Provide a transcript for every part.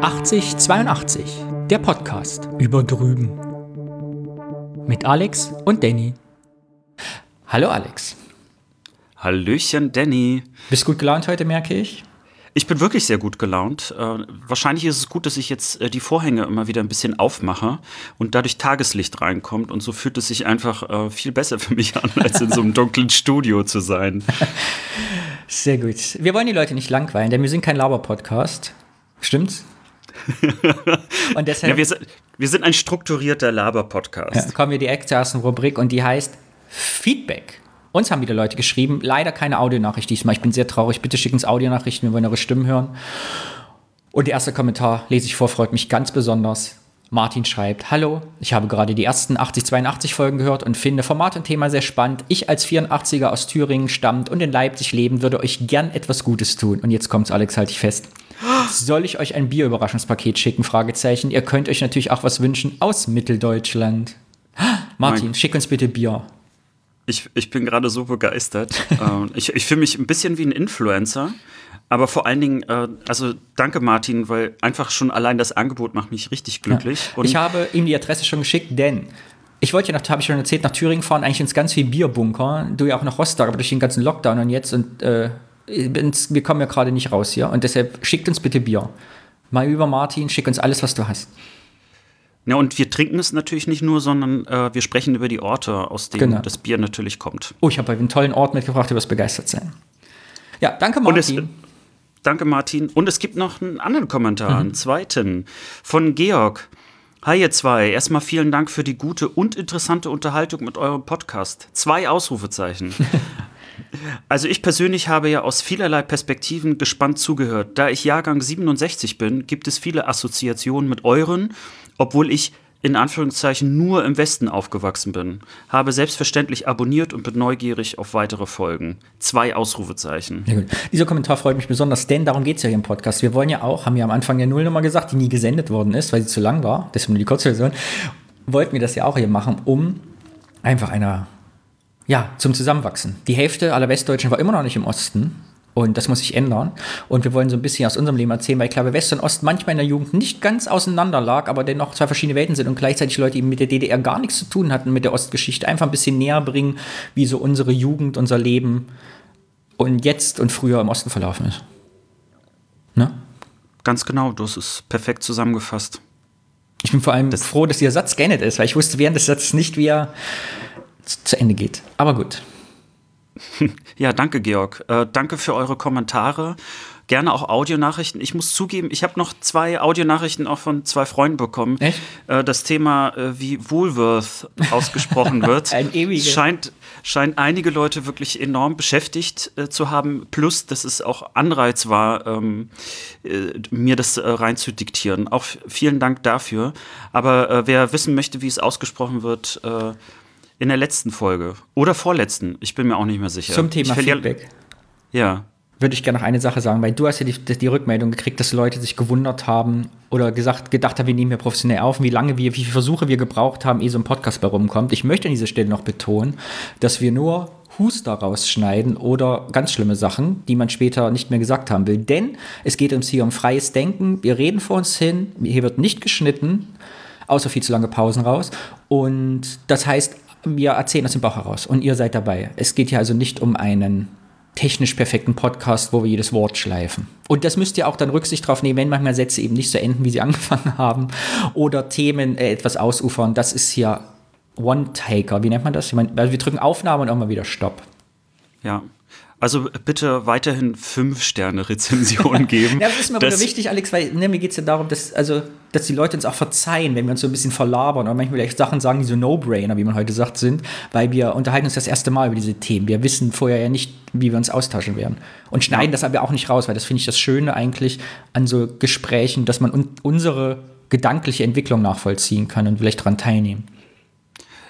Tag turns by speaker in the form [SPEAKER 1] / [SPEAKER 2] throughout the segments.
[SPEAKER 1] 8082, der Podcast über drüben. Mit Alex und Danny. Hallo Alex.
[SPEAKER 2] Hallöchen Danny.
[SPEAKER 1] Bist gut gelaunt heute, merke ich?
[SPEAKER 2] Ich bin wirklich sehr gut gelaunt. Wahrscheinlich ist es gut, dass ich jetzt die Vorhänge immer wieder ein bisschen aufmache und dadurch Tageslicht reinkommt. Und so fühlt es sich einfach viel besser für mich an, als in so einem dunklen Studio zu sein.
[SPEAKER 1] Sehr gut. Wir wollen die Leute nicht langweilen, denn wir sind kein Laber-Podcast. Stimmt's? Und deshalb
[SPEAKER 2] wir sind ein strukturierter Laber-Podcast.
[SPEAKER 1] kommen wir direkt zur ersten Rubrik und die heißt Feedback. Uns haben wieder Leute geschrieben, leider keine Audionachricht diesmal. Ich bin sehr traurig, bitte schicken uns Audionachrichten, wir wollen eure Stimmen hören. Und der erste Kommentar lese ich vor, freut mich ganz besonders. Martin schreibt: Hallo, ich habe gerade die ersten 8082 Folgen gehört und finde Format und Thema sehr spannend. Ich als 84er aus Thüringen stammend und in Leipzig lebend würde euch gern etwas Gutes tun. Und jetzt kommt's, Alex, halt dich fest. Soll ich euch ein Bier-Überraschungspaket schicken? Fragezeichen. Ihr könnt euch natürlich auch was wünschen aus Mitteldeutschland. Martin, schick uns bitte Bier.
[SPEAKER 2] Ich bin gerade so begeistert. Ich fühle mich ein bisschen wie ein Influencer. Aber vor allen Dingen, also danke Martin, weil einfach schon allein das Angebot macht mich richtig glücklich.
[SPEAKER 1] Ja. Ich habe ihm die Adresse schon geschickt, denn ich wollte ja, habe ich schon erzählt, nach Thüringen fahren, eigentlich ins ganz viel Bierbunker. Du ja auch nach Rostock, aber durch den ganzen Lockdown und jetzt und wir kommen ja gerade nicht raus hier. Und deshalb schickt uns bitte Bier. Mal über Martin, schick uns alles, was du hast.
[SPEAKER 2] Ja, und wir trinken es natürlich nicht nur, sondern wir sprechen über die Orte, aus denen das Bier natürlich kommt.
[SPEAKER 1] Oh, ich habe einen tollen Ort mitgebracht, du wirst begeistert sein. Ja, danke Martin.
[SPEAKER 2] Danke Martin. Und es gibt noch einen anderen Kommentar, einen zweiten, von Georg. Hi ihr zwei, erstmal vielen Dank für die gute und interessante Unterhaltung mit eurem Podcast. 2 Ausrufezeichen. Also ich persönlich habe ja aus vielerlei Perspektiven gespannt zugehört. Da ich Jahrgang 67 bin, gibt es viele Assoziationen mit euren, obwohl ich in Anführungszeichen nur im Westen aufgewachsen bin. Habe selbstverständlich abonniert und bin neugierig auf weitere Folgen. 2 Ausrufezeichen.
[SPEAKER 1] Ja, gut. Dieser Kommentar freut mich besonders, denn darum geht es ja hier im Podcast. Wir wollen ja auch, haben ja am Anfang der Nullnummer gesagt, die nie gesendet worden ist, weil sie zu lang war, deswegen nur die Kurzversion, wollten wir das ja auch hier machen, um einfach zum Zusammenwachsen. Die Hälfte aller Westdeutschen war immer noch nicht im Osten. Und das muss sich ändern. Und wir wollen so ein bisschen aus unserem Leben erzählen, weil ich glaube, West und Ost manchmal in der Jugend nicht ganz auseinander lag, aber dennoch 2 verschiedene Welten sind und gleichzeitig Leute, die mit der DDR gar nichts zu tun hatten, mit der Ostgeschichte, einfach ein bisschen näher bringen, wie so unsere Jugend, unser Leben und jetzt und früher im Osten verlaufen ist. Ne?
[SPEAKER 2] Ganz genau, du hast es perfekt zusammengefasst.
[SPEAKER 1] Ich bin vor allem froh, dass dieser Satz geendet ist, weil ich wusste während des Satzes nicht, wie er zu Ende geht. Aber gut.
[SPEAKER 2] Ja, danke, Georg. Danke für eure Kommentare. Gerne auch Audionachrichten. Ich muss zugeben, ich habe noch 2 Audionachrichten auch von 2 Freunden bekommen.
[SPEAKER 1] Echt?
[SPEAKER 2] Das Thema, wie Woolworth ausgesprochen wird,
[SPEAKER 1] ein ewiges.
[SPEAKER 2] Scheint einige Leute wirklich enorm beschäftigt zu haben. Plus, dass es auch Anreiz war, mir das reinzudiktieren. Auch vielen Dank dafür. Aber wer wissen möchte, wie es ausgesprochen wird, in der letzten Folge oder vorletzten, ich bin mir auch nicht mehr sicher.
[SPEAKER 1] Zum Thema Feedback.
[SPEAKER 2] Ja.
[SPEAKER 1] Würde ich gerne noch eine Sache sagen, weil du hast ja die Rückmeldung gekriegt, dass Leute sich gewundert haben oder gedacht haben, wir nehmen hier professionell auf, wie viele Versuche wir gebraucht haben, ehe so ein Podcast bei rumkommt. Ich möchte an dieser Stelle noch betonen, dass wir nur Huster rausschneiden oder ganz schlimme Sachen, die man später nicht mehr gesagt haben will. Denn es geht uns hier um freies Denken. Wir reden vor uns hin, hier wird nicht geschnitten, außer viel zu lange Pausen raus. Und das heißt, wir erzählen aus dem Bauch heraus und ihr seid dabei. Es geht hier also nicht um einen technisch perfekten Podcast, wo wir jedes Wort schleifen. Und das müsst ihr auch dann Rücksicht drauf nehmen, wenn manchmal Sätze eben nicht so enden, wie sie angefangen haben oder Themen etwas ausufern. Das ist hier One-Taker. Wie nennt man das? Also wir drücken Aufnahme und irgendwann wieder Stopp.
[SPEAKER 2] Ja. Also bitte weiterhin 5-Sterne-Rezensionen geben.
[SPEAKER 1] Ja, das ist mir aber wichtig, Alex, weil mir geht es ja darum, dass die Leute uns auch verzeihen, wenn wir uns so ein bisschen verlabern oder manchmal vielleicht Sachen sagen, die so No-Brainer, wie man heute sagt, sind, weil wir unterhalten uns das erste Mal über diese Themen. Wir wissen vorher ja nicht, wie wir uns austauschen werden. Und schneiden das aber auch nicht raus, weil das finde ich das Schöne eigentlich an so Gesprächen, dass man unsere gedankliche Entwicklung nachvollziehen kann und vielleicht daran teilnehmen.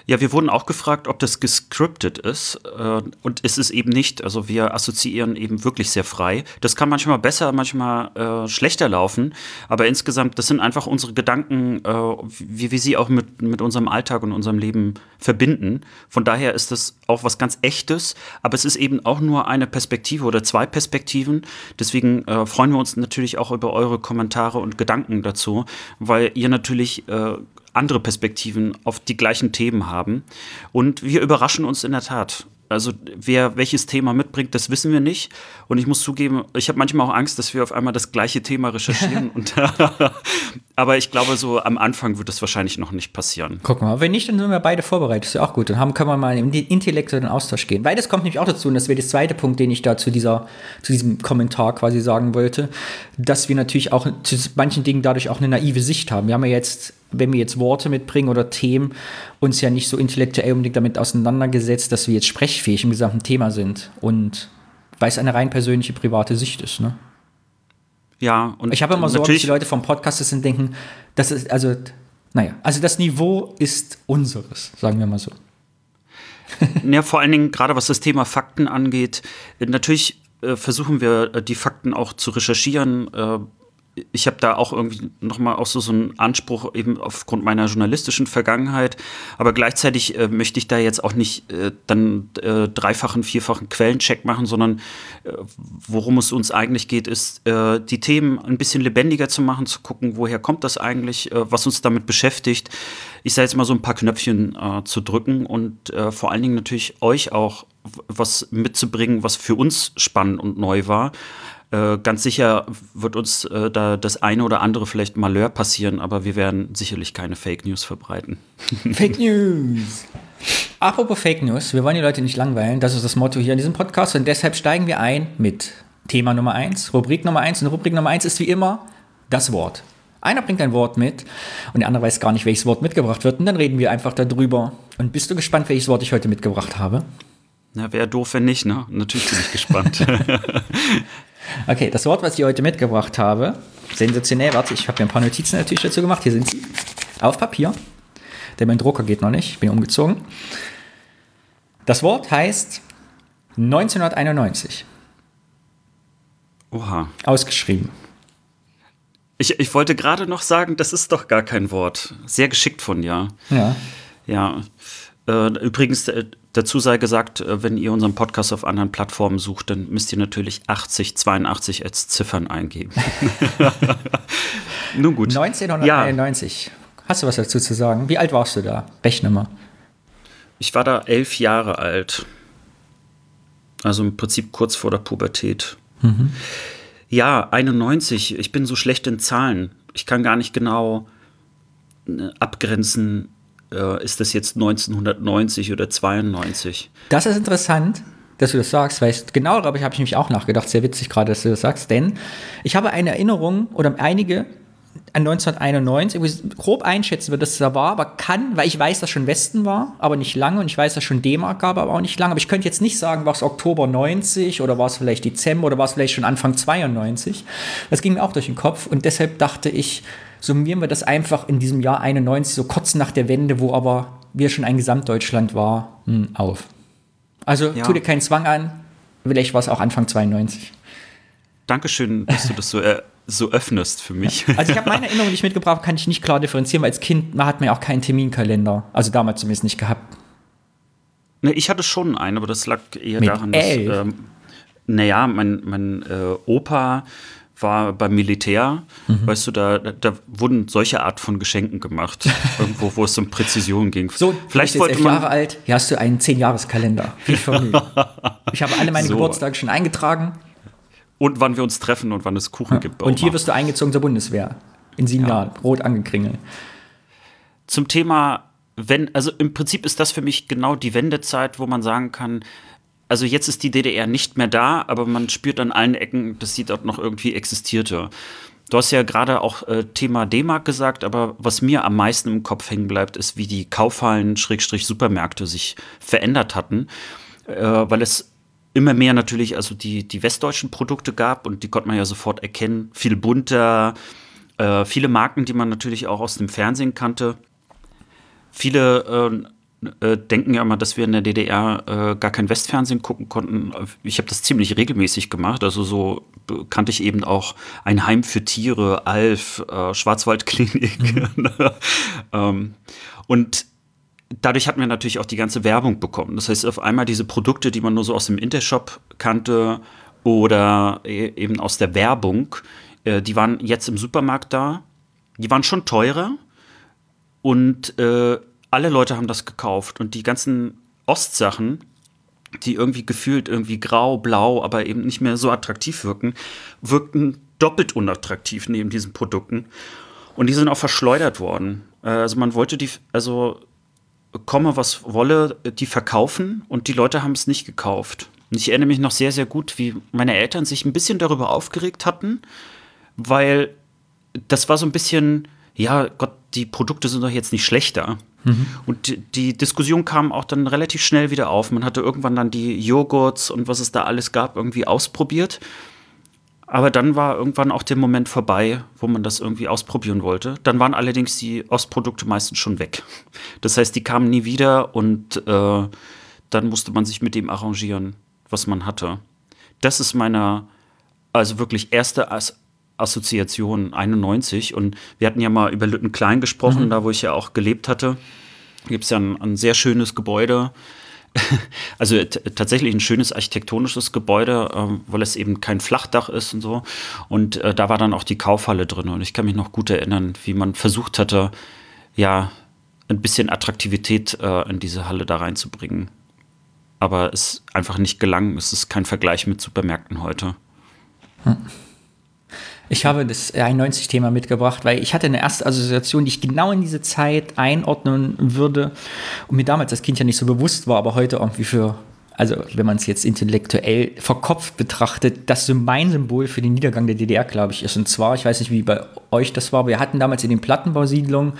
[SPEAKER 2] Ja, wir wurden auch gefragt, ob das gescriptet ist. Und ist es eben nicht. Also wir assoziieren eben wirklich sehr frei. Das kann manchmal besser, manchmal schlechter laufen. Aber insgesamt, das sind einfach unsere Gedanken, wie wir sie auch mit unserem Alltag und unserem Leben verbinden. Von daher ist das auch was ganz Echtes. Aber es ist eben auch nur eine Perspektive oder zwei Perspektiven. Deswegen freuen wir uns natürlich auch über eure Kommentare und Gedanken dazu, weil ihr natürlich andere Perspektiven auf die gleichen Themen haben. Und wir überraschen uns in der Tat. Also wer welches Thema mitbringt, das wissen wir nicht. Und ich muss zugeben, ich habe manchmal auch Angst, dass wir auf einmal das gleiche Thema recherchieren. Aber ich glaube, so am Anfang wird das wahrscheinlich noch nicht passieren.
[SPEAKER 1] Guck mal, wenn nicht, dann sind wir beide vorbereitet. Das ist ja auch gut. Dann können wir mal in den intellektuellen Austausch gehen. Weil das kommt nämlich auch dazu, und das wäre der zweite Punkt, den ich da zu diesem Kommentar quasi sagen wollte, dass wir natürlich auch zu manchen Dingen dadurch auch eine naive Sicht haben. Wir haben ja jetzt, wenn wir jetzt Worte mitbringen oder Themen, uns ja nicht so intellektuell unbedingt damit auseinandergesetzt, dass wir jetzt sprechfähig im gesamten Thema sind. Und weil es eine rein persönliche, private Sicht ist, ne?
[SPEAKER 2] Ja, und
[SPEAKER 1] ich habe immer Sorge, dass die Leute vom Podcast sind, denken, das ist, also das Niveau ist unseres, sagen wir mal so.
[SPEAKER 2] Ja, vor allen Dingen, gerade was das Thema Fakten angeht, natürlich versuchen wir, die Fakten auch zu recherchieren. Ich habe da auch irgendwie nochmal auch so einen Anspruch eben aufgrund meiner journalistischen Vergangenheit. Aber gleichzeitig möchte ich da jetzt auch nicht dann dreifachen, vierfachen Quellencheck machen, sondern worum es uns eigentlich geht, ist, die Themen ein bisschen lebendiger zu machen, zu gucken, woher kommt das eigentlich, was uns damit beschäftigt. Ich sage jetzt mal so ein paar Knöpfchen zu drücken und vor allen Dingen natürlich euch auch was mitzubringen, was für uns spannend und neu war. Ganz sicher wird uns da das eine oder andere vielleicht Malheur passieren, aber wir werden sicherlich keine Fake News verbreiten.
[SPEAKER 1] Fake News! Apropos Fake News, wir wollen die Leute nicht langweilen, das ist das Motto hier in diesem Podcast und deshalb steigen wir ein mit Thema Nummer 1, Rubrik Nummer 1 und Rubrik Nummer 1 ist wie immer das Wort. Einer bringt ein Wort mit und der andere weiß gar nicht, welches Wort mitgebracht wird und dann reden wir einfach darüber. Und bist du gespannt, welches Wort ich heute mitgebracht habe?
[SPEAKER 2] Na, wäre doof, wenn nicht, ne? Natürlich bin ich gespannt.
[SPEAKER 1] Okay, das Wort, was ich heute mitgebracht habe, sensationell, warte, ich habe mir ein paar Notizen natürlich dazu gemacht, hier sind sie, auf Papier, denn mein Drucker geht noch nicht, ich bin umgezogen. Das Wort heißt 1991.
[SPEAKER 2] Oha.
[SPEAKER 1] Ausgeschrieben.
[SPEAKER 2] Ich wollte gerade noch sagen, das ist doch gar kein Wort. Sehr geschickt von dir.
[SPEAKER 1] Ja.
[SPEAKER 2] Ja. Übrigens, dazu sei gesagt, wenn ihr unseren Podcast auf anderen Plattformen sucht, dann müsst ihr natürlich 8082 als Ziffern eingeben. Nun gut.
[SPEAKER 1] 1991. Ja. Hast du was dazu zu sagen? Wie alt warst du da? Rechne mal.
[SPEAKER 2] Ich war da 11 Jahre alt. Also im Prinzip kurz vor der Pubertät.
[SPEAKER 1] Mhm.
[SPEAKER 2] Ja, 91. Ich bin so schlecht in Zahlen. Ich kann gar nicht genau abgrenzen, ist das jetzt 1990 oder 92?
[SPEAKER 1] Das ist interessant, dass du das sagst, weil genau darüber habe ich nämlich auch nachgedacht. Sehr witzig gerade, dass du das sagst, denn ich habe eine Erinnerung oder einige an 1991, grob einschätzen, wie das da war, aber weil ich weiß, dass schon Westen war, aber nicht lange und ich weiß, dass schon D-Mark gab, aber auch nicht lange. Aber ich könnte jetzt nicht sagen, war es Oktober 90 oder war es vielleicht Dezember oder war es vielleicht schon Anfang 92. Das ging mir auch durch den Kopf und deshalb dachte ich, summieren wir das einfach in diesem Jahr 91, so kurz nach der Wende, wo aber wir schon ein Gesamtdeutschland war, auf. Also tu dir keinen Zwang an, vielleicht war es auch Anfang 92.
[SPEAKER 2] Dankeschön, dass du das so öffnest für mich.
[SPEAKER 1] Ja. Also ich habe meine Erinnerung nicht mitgebracht, kann ich nicht klar differenzieren, weil als Kind hat man ja auch keinen Terminkalender, also damals zumindest nicht gehabt.
[SPEAKER 2] Ne, ich hatte schon einen, aber das lag eher daran, dass mein Opa war beim Militär, weißt du, da wurden solche Art von Geschenken gemacht, irgendwo, wo es um Präzision ging.
[SPEAKER 1] So, vielleicht wollte 11 Jahre alt, hier hast du einen 10-Jahres-Kalender. Wie vermögen. Ich habe alle meine Geburtstage schon eingetragen.
[SPEAKER 2] Und wann wir uns treffen und wann es Kuchen gibt.
[SPEAKER 1] Und hier wirst du eingezogen zur Bundeswehr. In 7 Jahren, rot angekringelt.
[SPEAKER 2] Zum Thema, also im Prinzip ist das für mich genau die Wendezeit, wo man sagen kann, also jetzt ist die DDR nicht mehr da, aber man spürt an allen Ecken, dass sie dort noch irgendwie existierte. Du hast ja gerade auch Thema D-Mark gesagt, aber was mir am meisten im Kopf hängen bleibt, ist, wie die Kaufhallen-Supermärkte sich verändert hatten, weil es immer mehr natürlich also die westdeutschen Produkte gab und die konnte man ja sofort erkennen. Viel bunter, viele Marken, die man natürlich auch aus dem Fernsehen kannte. Viele denken ja immer, dass wir in der DDR gar kein Westfernsehen gucken konnten. Ich habe das ziemlich regelmäßig gemacht. Also so kannte ich eben auch Ein Heim für Tiere, Alf, Schwarzwaldklinik. Und dadurch hatten wir natürlich auch die ganze Werbung bekommen. Das heißt, auf einmal diese Produkte, die man nur so aus dem Intershop kannte oder eben aus der Werbung, die waren jetzt im Supermarkt da. Die waren schon teurer und alle Leute haben das gekauft. Und die ganzen Ostsachen, die irgendwie gefühlt irgendwie grau, blau, aber eben nicht mehr so attraktiv wirkten doppelt unattraktiv neben diesen Produkten. Und die sind auch verschleudert worden. Also man wollte komme was wolle, die verkaufen und die Leute haben es nicht gekauft. Und ich erinnere mich noch sehr, sehr gut, wie meine Eltern sich ein bisschen darüber aufgeregt hatten, weil das war so ein bisschen, ja Gott, die Produkte sind doch jetzt nicht schlechter. Und die Diskussion kam auch dann relativ schnell wieder auf. Man hatte irgendwann dann die Joghurts und was es da alles gab, irgendwie ausprobiert. Aber dann war irgendwann auch der Moment vorbei, wo man das irgendwie ausprobieren wollte. Dann waren allerdings die Ostprodukte meistens schon weg. Das heißt, die kamen nie wieder und dann musste man sich mit dem arrangieren, was man hatte. Das ist meine, also wirklich erste Assoziation 91. Und wir hatten ja mal über Lüttenklein gesprochen, da wo ich ja auch gelebt hatte. Da gibt es ja ein sehr schönes Gebäude. Also tatsächlich ein schönes architektonisches Gebäude, weil es eben kein Flachdach ist und so. Und da war dann auch die Kaufhalle drin. Und ich kann mich noch gut erinnern, wie man versucht hatte, ja, ein bisschen Attraktivität in diese Halle da reinzubringen. Aber es einfach nicht gelang. Es ist kein Vergleich mit Supermärkten heute.
[SPEAKER 1] Ich habe das 91-Thema mitgebracht, weil ich hatte eine erste Assoziation, die ich genau in diese Zeit einordnen würde und mir damals als Kind ja nicht so bewusst war, aber heute irgendwie also wenn man es jetzt intellektuell verkopft betrachtet, das so mein Symbol für den Niedergang der DDR, glaube ich, ist. Und zwar, ich weiß nicht, wie bei euch das war, aber wir hatten damals in den Plattenbausiedlungen,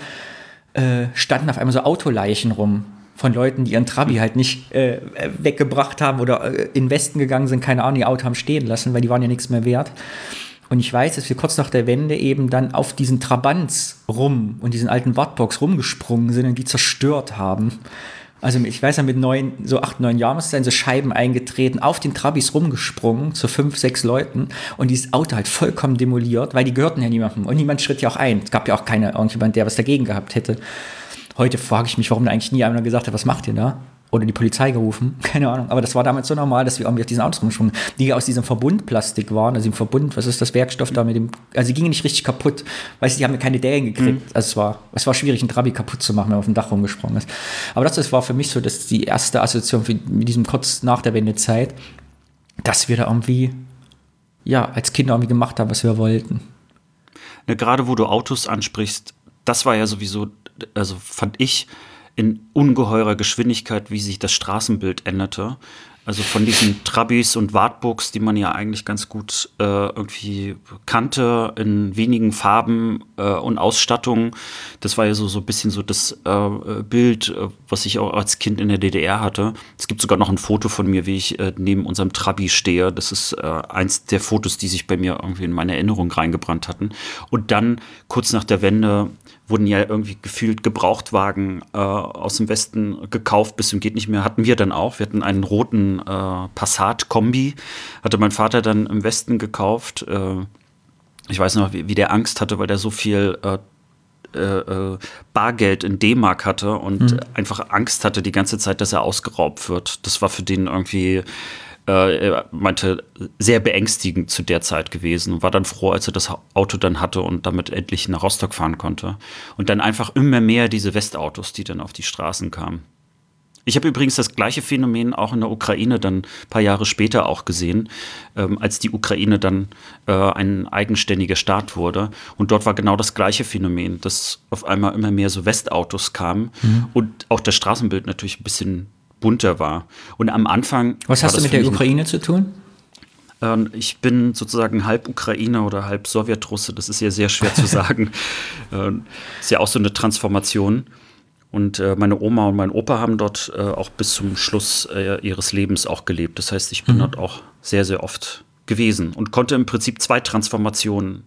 [SPEAKER 1] standen auf einmal so Autoleichen rum von Leuten, die ihren Trabi halt nicht weggebracht haben oder in den Westen gegangen sind, keine Ahnung, ihr Auto haben stehen lassen, weil die waren ja nichts mehr wert. Und ich weiß, dass wir kurz nach der Wende eben dann auf diesen Trabants und diesen alten Wartburgs rumgesprungen sind und die zerstört haben. Also ich weiß ja, mit 8, 9 Jahren ist dann so Scheiben eingetreten, auf den Trabis rumgesprungen, zu 5, 6 Leuten und dieses Auto halt vollkommen demoliert, weil die gehörten ja niemandem und niemand schritt ja auch ein. Es gab ja auch irgendjemand, der was dagegen gehabt hätte. Heute frage ich mich, warum da eigentlich nie einer gesagt hat, was macht ihr da? Oder die Polizei gerufen, keine Ahnung. Aber das war damals so normal, dass wir irgendwie auf diesen Autos rumschwungen, die aus diesem Verbundplastik waren, also im Verbund, was ist das Werkstoff da mit dem, also die gingen nicht richtig kaputt. Weißt du, die haben ja keine Dellen gekriegt. Also es war schwierig, einen Trabi kaputt zu machen, wenn man auf dem Dach rumgesprungen ist. Aber das war für mich so, dass die erste Assoziation mit diesem kurz nach der Wendezeit, dass wir da irgendwie, ja, als Kinder irgendwie gemacht haben, was wir wollten.
[SPEAKER 2] Ja, gerade wo du Autos ansprichst, das war ja sowieso, also fand ich, in ungeheurer Geschwindigkeit, wie sich das Straßenbild änderte. Also von diesen Trabis und Wartburgs, die man ja eigentlich ganz gut irgendwie kannte, in wenigen Farben und Ausstattungen. Das war ja so ein bisschen so das Bild, was ich auch als Kind in der DDR hatte. Es gibt sogar noch ein Foto von mir, wie ich neben unserem Trabi stehe. Das ist eins der Fotos, die sich bei mir irgendwie in meine Erinnerung reingebrannt hatten. Und dann, kurz nach der Wende, wurden ja irgendwie gefühlt Gebrauchtwagen aus dem Westen gekauft, bis zum geht nicht mehr. Hatten wir dann auch. Wir hatten einen roten Passat-Kombi, hatte mein Vater dann im Westen gekauft. Ich weiß noch, wie der Angst hatte, weil der so viel Bargeld in D-Mark hatte und einfach Angst hatte die ganze Zeit, dass er ausgeraubt wird. Das war für den irgendwie, er meinte, sehr beängstigend zu der Zeit gewesen und war dann froh, als er das Auto dann hatte und damit endlich nach Rostock fahren konnte. Und dann einfach immer mehr diese Westautos, die dann auf die Straßen kamen. Ich habe übrigens das gleiche Phänomen auch in der Ukraine dann ein paar Jahre später auch gesehen, als die Ukraine dann ein eigenständiger Staat wurde. Und dort war genau das gleiche Phänomen, dass auf einmal immer mehr so Westautos kamen und auch das Straßenbild natürlich ein bisschen bunter war. Und am Anfang.
[SPEAKER 1] Was hast du mit der Ukraine zu tun?
[SPEAKER 2] Ich bin sozusagen halb Ukrainer oder halb Sowjetrusse. Das ist ja sehr schwer zu sagen. Ist ja auch so eine Transformation. Und meine Oma und mein Opa haben dort auch bis zum Schluss ihres Lebens auch gelebt. Das heißt, ich bin dort auch sehr, sehr oft gewesen und konnte im Prinzip 2 Transformationen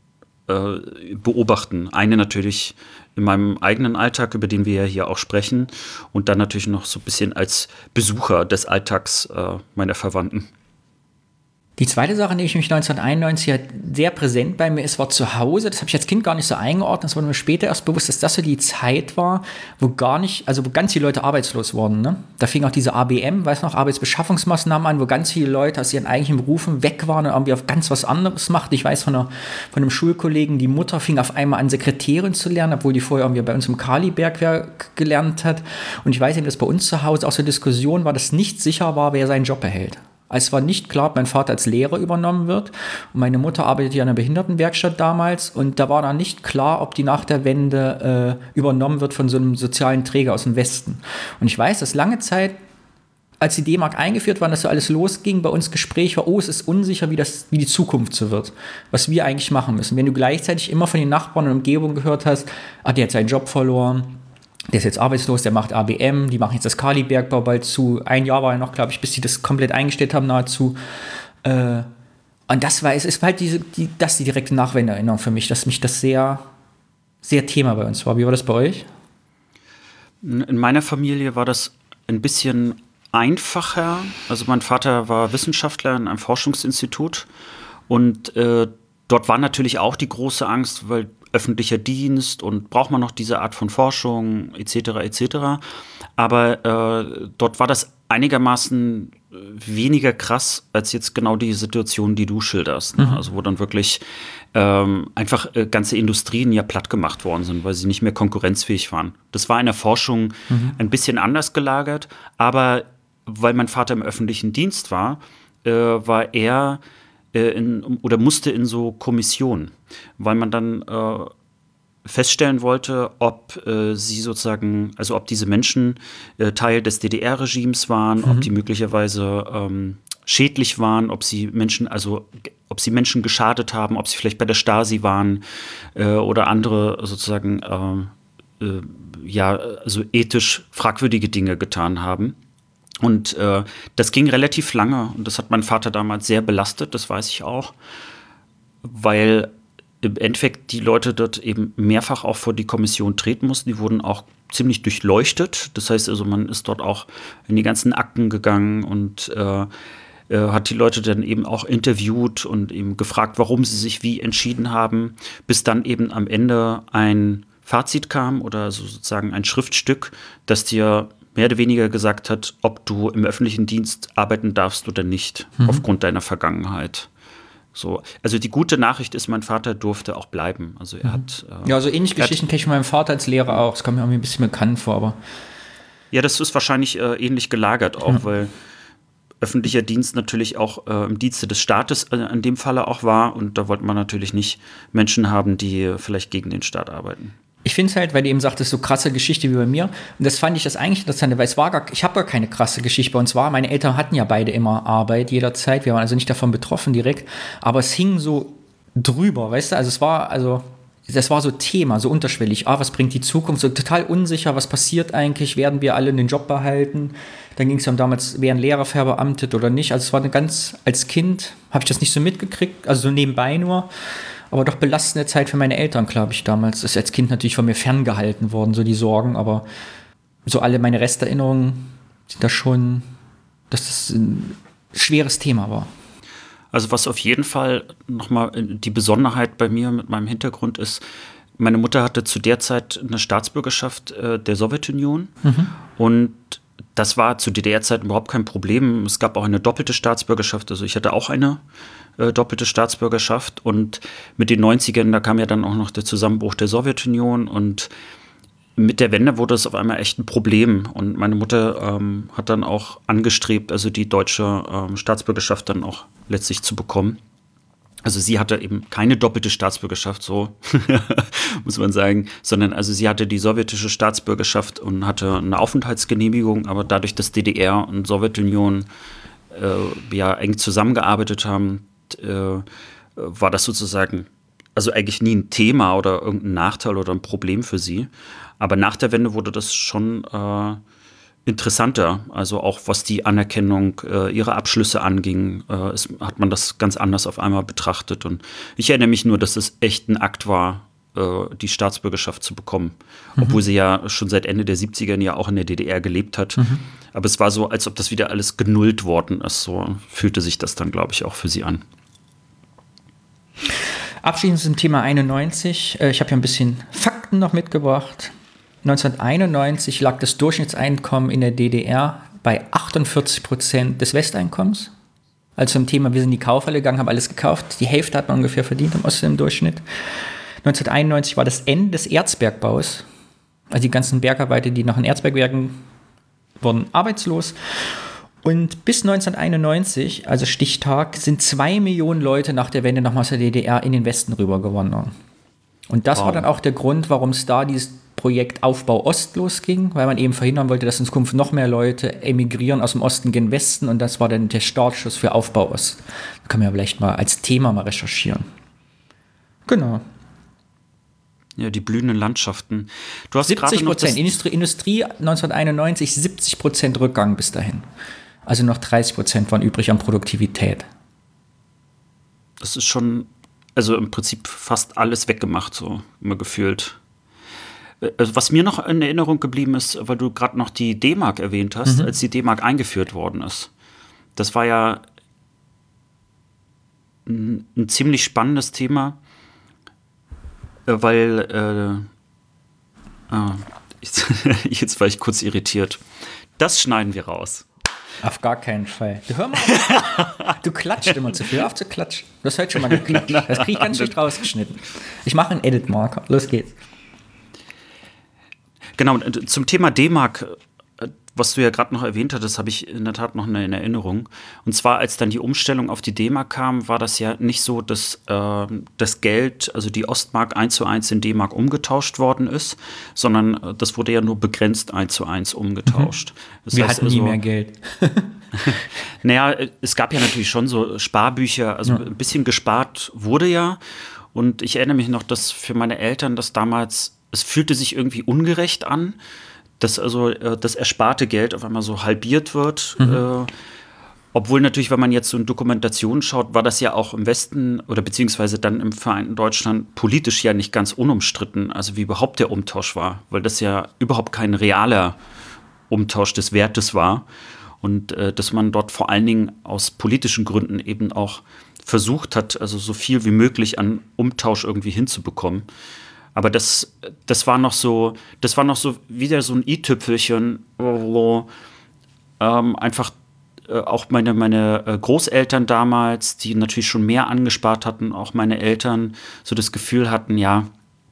[SPEAKER 2] beobachten. Eine natürlich in meinem eigenen Alltag, über den wir ja hier auch sprechen, und dann natürlich noch so ein bisschen als Besucher des Alltags meiner Verwandten.
[SPEAKER 1] Die zweite Sache, die ich mich 1991 halt sehr präsent bei mir ist, war zu Hause. Das habe ich als Kind gar nicht so eingeordnet. Das wurde mir später erst bewusst, dass das so die Zeit war, wo ganz viele Leute arbeitslos wurden. Ne? Da fing auch diese ABM, Arbeitsbeschaffungsmaßnahmen an, wo ganz viele Leute aus ihren eigentlichen Berufen weg waren und irgendwie auf ganz was anderes machten. Ich weiß von einem Schulkollegen, die Mutter fing auf einmal an, Sekretärin zu lernen, obwohl die vorher irgendwie bei uns im Kalibergwerk gelernt hat. Und ich weiß eben, dass bei uns zu Hause auch so Diskussion war, dass nicht sicher war, wer seinen Job behält. Es war nicht klar, ob mein Vater als Lehrer übernommen wird. Und meine Mutter arbeitete ja in einer Behindertenwerkstatt damals. Und da war noch nicht klar, ob die nach der Wende übernommen wird von so einem sozialen Träger aus dem Westen. Und ich weiß, dass lange Zeit, als die D-Mark eingeführt war, dass so alles losging, bei uns Gespräch war, es ist unsicher, wie die Zukunft so wird. Was wir eigentlich machen müssen. Wenn du gleichzeitig immer von den Nachbarn und Umgebung gehört hast, der hat seinen Job verloren, der ist jetzt arbeitslos, der macht ABM, die machen jetzt das Kalibergbau bald zu. 1 Jahr war er noch, glaube ich, bis sie das komplett eingestellt haben nahezu. Und es ist halt die direkte Nachwendeerinnerung für mich, dass mich das sehr, sehr Thema bei uns war. Wie war das bei euch?
[SPEAKER 2] In meiner Familie war das ein bisschen einfacher. Also mein Vater war Wissenschaftler in einem Forschungsinstitut und dort war natürlich auch die große Angst, weil öffentlicher Dienst und braucht man noch diese Art von Forschung etc. etc. Aber dort war das einigermaßen weniger krass als jetzt genau die Situation, die du schilderst. Ne? Also wo dann wirklich einfach ganze Industrien ja platt gemacht worden sind, weil sie nicht mehr konkurrenzfähig waren. Das war in der Forschung ein bisschen anders gelagert, aber weil mein Vater im öffentlichen Dienst war, war er musste in so Kommissionen, weil man dann feststellen wollte, ob sie sozusagen, also ob diese Menschen Teil des DDR-Regimes waren, ob die möglicherweise schädlich waren, ob sie Menschen geschadet haben, ob sie vielleicht bei der Stasi waren oder andere sozusagen also ethisch fragwürdige Dinge getan haben. Und das ging relativ lange und das hat mein Vater damals sehr belastet, das weiß ich auch, weil im Endeffekt die Leute dort eben mehrfach auch vor die Kommission treten mussten. Die wurden auch ziemlich durchleuchtet. Das heißt also, man ist dort auch in die ganzen Akten gegangen und hat die Leute dann eben auch interviewt und eben gefragt, warum sie sich wie entschieden haben, bis dann eben am Ende ein Fazit kam oder sozusagen ein Schriftstück, das dir mehr oder weniger gesagt hat, ob du im öffentlichen Dienst arbeiten darfst oder nicht, aufgrund deiner Vergangenheit. So, also die gute Nachricht ist, mein Vater durfte auch bleiben. Also er hat
[SPEAKER 1] also ähnliche Geschichten kenne ich von meinem Vater als Lehrer auch. Das kommt mir irgendwie ein bisschen bekannt vor, aber
[SPEAKER 2] ja, das ist wahrscheinlich ähnlich gelagert auch, weil öffentlicher Dienst natürlich auch im Dienste des Staates in dem Falle auch war und da wollte man natürlich nicht Menschen haben, die vielleicht gegen den Staat arbeiten.
[SPEAKER 1] Ich finde es halt, weil du eben sagtest, so krasse Geschichte wie bei mir. Und das fand ich das eigentlich Interessante, weil ich habe gar keine krasse Geschichte bei uns war. Meine Eltern hatten ja beide immer Arbeit jederzeit. Wir waren also nicht davon betroffen direkt. Aber es hing so drüber, weißt du? Also das war so Thema, so unterschwellig. Was bringt die Zukunft? So total unsicher, was passiert eigentlich? Werden wir alle den Job behalten? Dann ging es ja damals, wären Lehrer verbeamtet oder nicht. Also es war als Kind habe ich das nicht so mitgekriegt, also so nebenbei nur. Aber doch belastende Zeit für meine Eltern, glaube ich, damals. Das ist als Kind natürlich von mir ferngehalten worden, so die Sorgen. Aber so alle meine Resterinnerungen sind da schon, dass das ein schweres Thema war.
[SPEAKER 2] Also was auf jeden Fall nochmal die Besonderheit bei mir mit meinem Hintergrund ist, meine Mutter hatte zu der Zeit eine Staatsbürgerschaft der Sowjetunion. Und das war zu DDR-Zeiten überhaupt kein Problem. Es gab auch eine doppelte Staatsbürgerschaft. Also ich hatte auch eine doppelte Staatsbürgerschaft. Und mit den 90ern, da kam ja dann auch noch der Zusammenbruch der Sowjetunion. Und mit der Wende wurde es auf einmal echt ein Problem. Und meine Mutter hat dann auch angestrebt, also die deutsche Staatsbürgerschaft dann auch letztlich zu bekommen. Also sie hatte eben keine doppelte Staatsbürgerschaft, so muss man sagen, sondern also sie hatte die sowjetische Staatsbürgerschaft und hatte eine Aufenthaltsgenehmigung, aber dadurch, dass DDR und Sowjetunion ja eng zusammengearbeitet haben, war das sozusagen also eigentlich nie ein Thema oder irgendein Nachteil oder ein Problem für sie. Aber nach der Wende wurde das schon interessanter. Also auch was die Anerkennung ihrer Abschlüsse anging, hat man das ganz anders auf einmal betrachtet. Und ich erinnere mich nur, dass es echt ein Akt war, die Staatsbürgerschaft zu bekommen. Obwohl sie ja schon seit Ende der 70er ja auch in der DDR gelebt hat. Aber es war so, als ob das wieder alles genullt worden ist. So fühlte sich das dann, glaube ich, auch für sie an.
[SPEAKER 1] Abschließend zum Thema 91. Ich habe hier ein bisschen Fakten noch mitgebracht. 1991 lag das Durchschnittseinkommen in der DDR bei 48% des Westeinkommens. Also zum Thema, wir sind in die Kaufhalle gegangen, haben alles gekauft. Die Hälfte hat man ungefähr verdient im Osten im Durchschnitt. 1991 war das Ende des Erzbergbaus. Also die ganzen Bergarbeiter, die noch in Erzbergwerken wurden arbeitslos. Und bis 1991, also Stichtag, sind 2 Millionen Leute nach der Wende nochmal aus der DDR in den Westen rübergewandert. Und das war dann auch der Grund, warum es da dieses Projekt Aufbau Ost losging, weil man eben verhindern wollte, dass in Zukunft noch mehr Leute emigrieren aus dem Osten gen Westen. Und das war dann der Startschuss für Aufbau Ost. Das kann man ja vielleicht mal als Thema mal recherchieren. Genau.
[SPEAKER 2] Ja, die blühenden Landschaften. Du hast
[SPEAKER 1] 70%. Industrie 1991, 70% Rückgang bis dahin. Also noch 30% waren übrig an Produktivität.
[SPEAKER 2] Das ist schon, also im Prinzip fast alles weggemacht, so immer gefühlt. Was mir noch in Erinnerung geblieben ist, weil du gerade noch die D-Mark erwähnt hast, als die D-Mark eingeführt worden ist. Das war ja ein ziemlich spannendes Thema, weil jetzt war ich kurz irritiert. Das schneiden wir raus.
[SPEAKER 1] Auf gar keinen Fall. Du hör mal auf. Du klatscht immer zu viel. Hör auf zu klatschen. Du hast heute schon mal geklatscht. Das kriege ich ganz schlecht rausgeschnitten. Ich mache einen Edit-Marker. Los geht's.
[SPEAKER 2] Genau, zum Thema D-Mark, was du ja gerade noch erwähnt hattest, habe ich in der Tat noch eine Erinnerung. Und zwar, als dann die Umstellung auf die D-Mark kam, war das ja nicht so, dass das Geld, also die Ostmark 1:1 in D-Mark umgetauscht worden ist, sondern das wurde ja nur begrenzt 1:1 umgetauscht. Das
[SPEAKER 1] Wir
[SPEAKER 2] heißt
[SPEAKER 1] hatten nie mehr Geld.
[SPEAKER 2] Naja, es gab ja natürlich schon so Sparbücher, also ein bisschen gespart wurde ja. Und ich erinnere mich noch, dass für meine Eltern das damals, es fühlte sich irgendwie ungerecht an, dass also das ersparte Geld auf einmal so halbiert wird. Obwohl natürlich, wenn man jetzt so in Dokumentationen schaut, war das ja auch im Westen oder beziehungsweise dann im vereinten Deutschland politisch ja nicht ganz unumstritten, also wie überhaupt der Umtausch war, weil das ja überhaupt kein realer Umtausch des Wertes war. Und dass man dort vor allen Dingen aus politischen Gründen eben auch versucht hat, also so viel wie möglich an Umtausch irgendwie hinzubekommen. Aber das war noch so wieder so ein i-Tüpfelchen, wo einfach auch meine Großeltern damals, die natürlich schon mehr angespart hatten, auch meine Eltern so das Gefühl hatten, ja,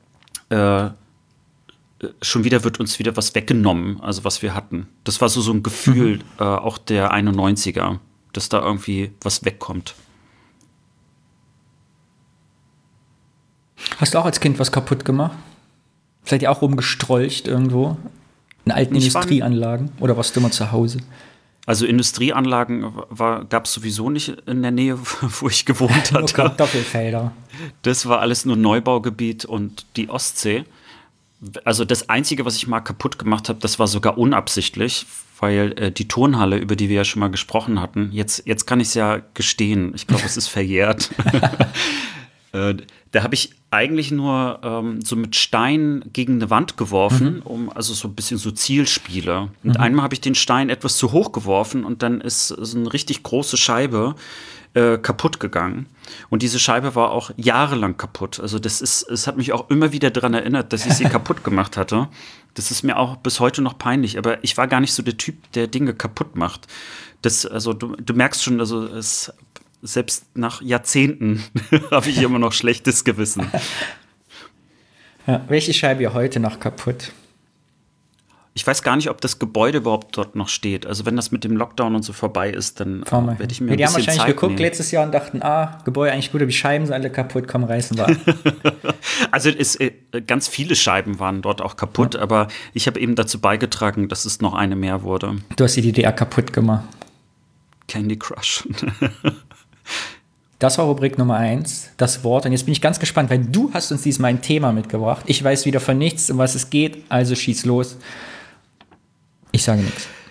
[SPEAKER 2] schon wieder wird uns wieder was weggenommen, also was wir hatten. Das war so ein Gefühl auch der 91er, dass da irgendwie was wegkommt.
[SPEAKER 1] Hast du auch als Kind was kaputt gemacht? Seid ihr auch rumgestrolcht irgendwo? In alten Industrieanlagen? Oder warst du immer zu Hause?
[SPEAKER 2] Also Industrieanlagen gab es sowieso nicht in der Nähe, wo ich gewohnt hatte.
[SPEAKER 1] Nur Kartoffelfelder.
[SPEAKER 2] Das war alles nur Neubaugebiet und die Ostsee. Also das Einzige, was ich mal kaputt gemacht habe, das war sogar unabsichtlich, weil die Turnhalle, über die wir ja schon mal gesprochen hatten, jetzt kann ich es ja gestehen, ich glaube, es ist verjährt. Da habe ich eigentlich nur so mit Stein gegen eine Wand geworfen, also so ein bisschen so Zielspiele. Und einmal habe ich den Stein etwas zu hoch geworfen und dann ist so eine richtig große Scheibe kaputt gegangen. Und diese Scheibe war auch jahrelang kaputt. Also es hat mich auch immer wieder daran erinnert, dass ich sie kaputt gemacht hatte. Das ist mir auch bis heute noch peinlich. Aber ich war gar nicht so der Typ, der Dinge kaputt macht. Also du merkst schon, also selbst nach Jahrzehnten habe ich immer noch schlechtes Gewissen.
[SPEAKER 1] Ja, welche Scheibe ihr heute noch kaputt?
[SPEAKER 2] Ich weiß gar nicht, ob das Gebäude überhaupt dort noch steht. Also wenn das mit dem Lockdown und so vorbei ist, dann werde ich mir ein bisschen Zeit nehmen.
[SPEAKER 1] Die haben wahrscheinlich geguckt letztes Jahr und dachten, Gebäude eigentlich gut, aber die Scheiben sind alle kaputt, komm, reißen wir ab.
[SPEAKER 2] Also ganz viele Scheiben waren dort auch kaputt, aber ich habe eben dazu beigetragen, dass es noch eine mehr wurde.
[SPEAKER 1] Du hast die DDR kaputt gemacht.
[SPEAKER 2] Candy Crush.
[SPEAKER 1] Das war Rubrik Nummer 1, das Wort. Und jetzt bin ich ganz gespannt, weil du hast uns diesmal ein Thema mitgebracht. Ich weiß wieder von nichts, um was es geht, also schieß los. Ich sage nichts.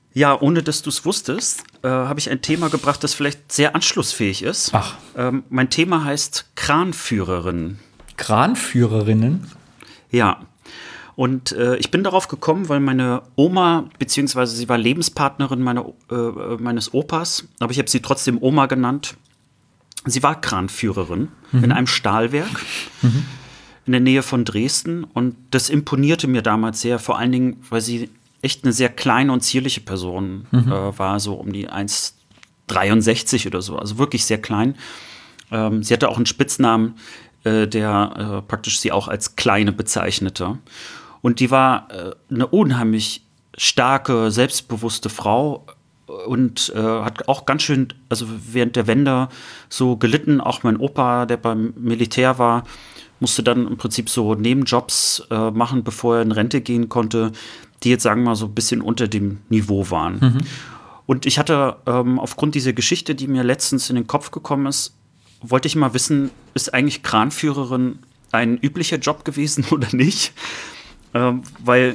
[SPEAKER 2] Ja, ohne dass du es wusstest, habe ich ein Thema gebracht, das vielleicht sehr anschlussfähig ist.
[SPEAKER 1] Ach.
[SPEAKER 2] Mein Thema heißt Kranführerin.
[SPEAKER 1] Kranführerinnen?
[SPEAKER 2] Ja. Und ich bin darauf gekommen, weil meine Oma, beziehungsweise sie war Lebenspartnerin meines Opas, aber ich habe sie trotzdem Oma genannt. Sie war Kranführerin in einem Stahlwerk in der Nähe von Dresden. Und das imponierte mir damals sehr, vor allen Dingen, weil sie echt eine sehr kleine und zierliche Person war, so um die 1,63 oder so, also wirklich sehr klein. Sie hatte auch einen Spitznamen, der praktisch sie auch als Kleine bezeichnete. Und die war eine unheimlich starke, selbstbewusste Frau und hat auch ganz schön, also während der Wende so gelitten. Auch mein Opa, der beim Militär war, musste dann im Prinzip so Nebenjobs machen, bevor er in Rente gehen konnte, die jetzt, sagen wir mal, so ein bisschen unter dem Niveau waren. Und ich hatte aufgrund dieser Geschichte, die mir letztens in den Kopf gekommen ist, wollte ich mal wissen, ist eigentlich Kranführerin ein üblicher Job gewesen oder nicht? Weil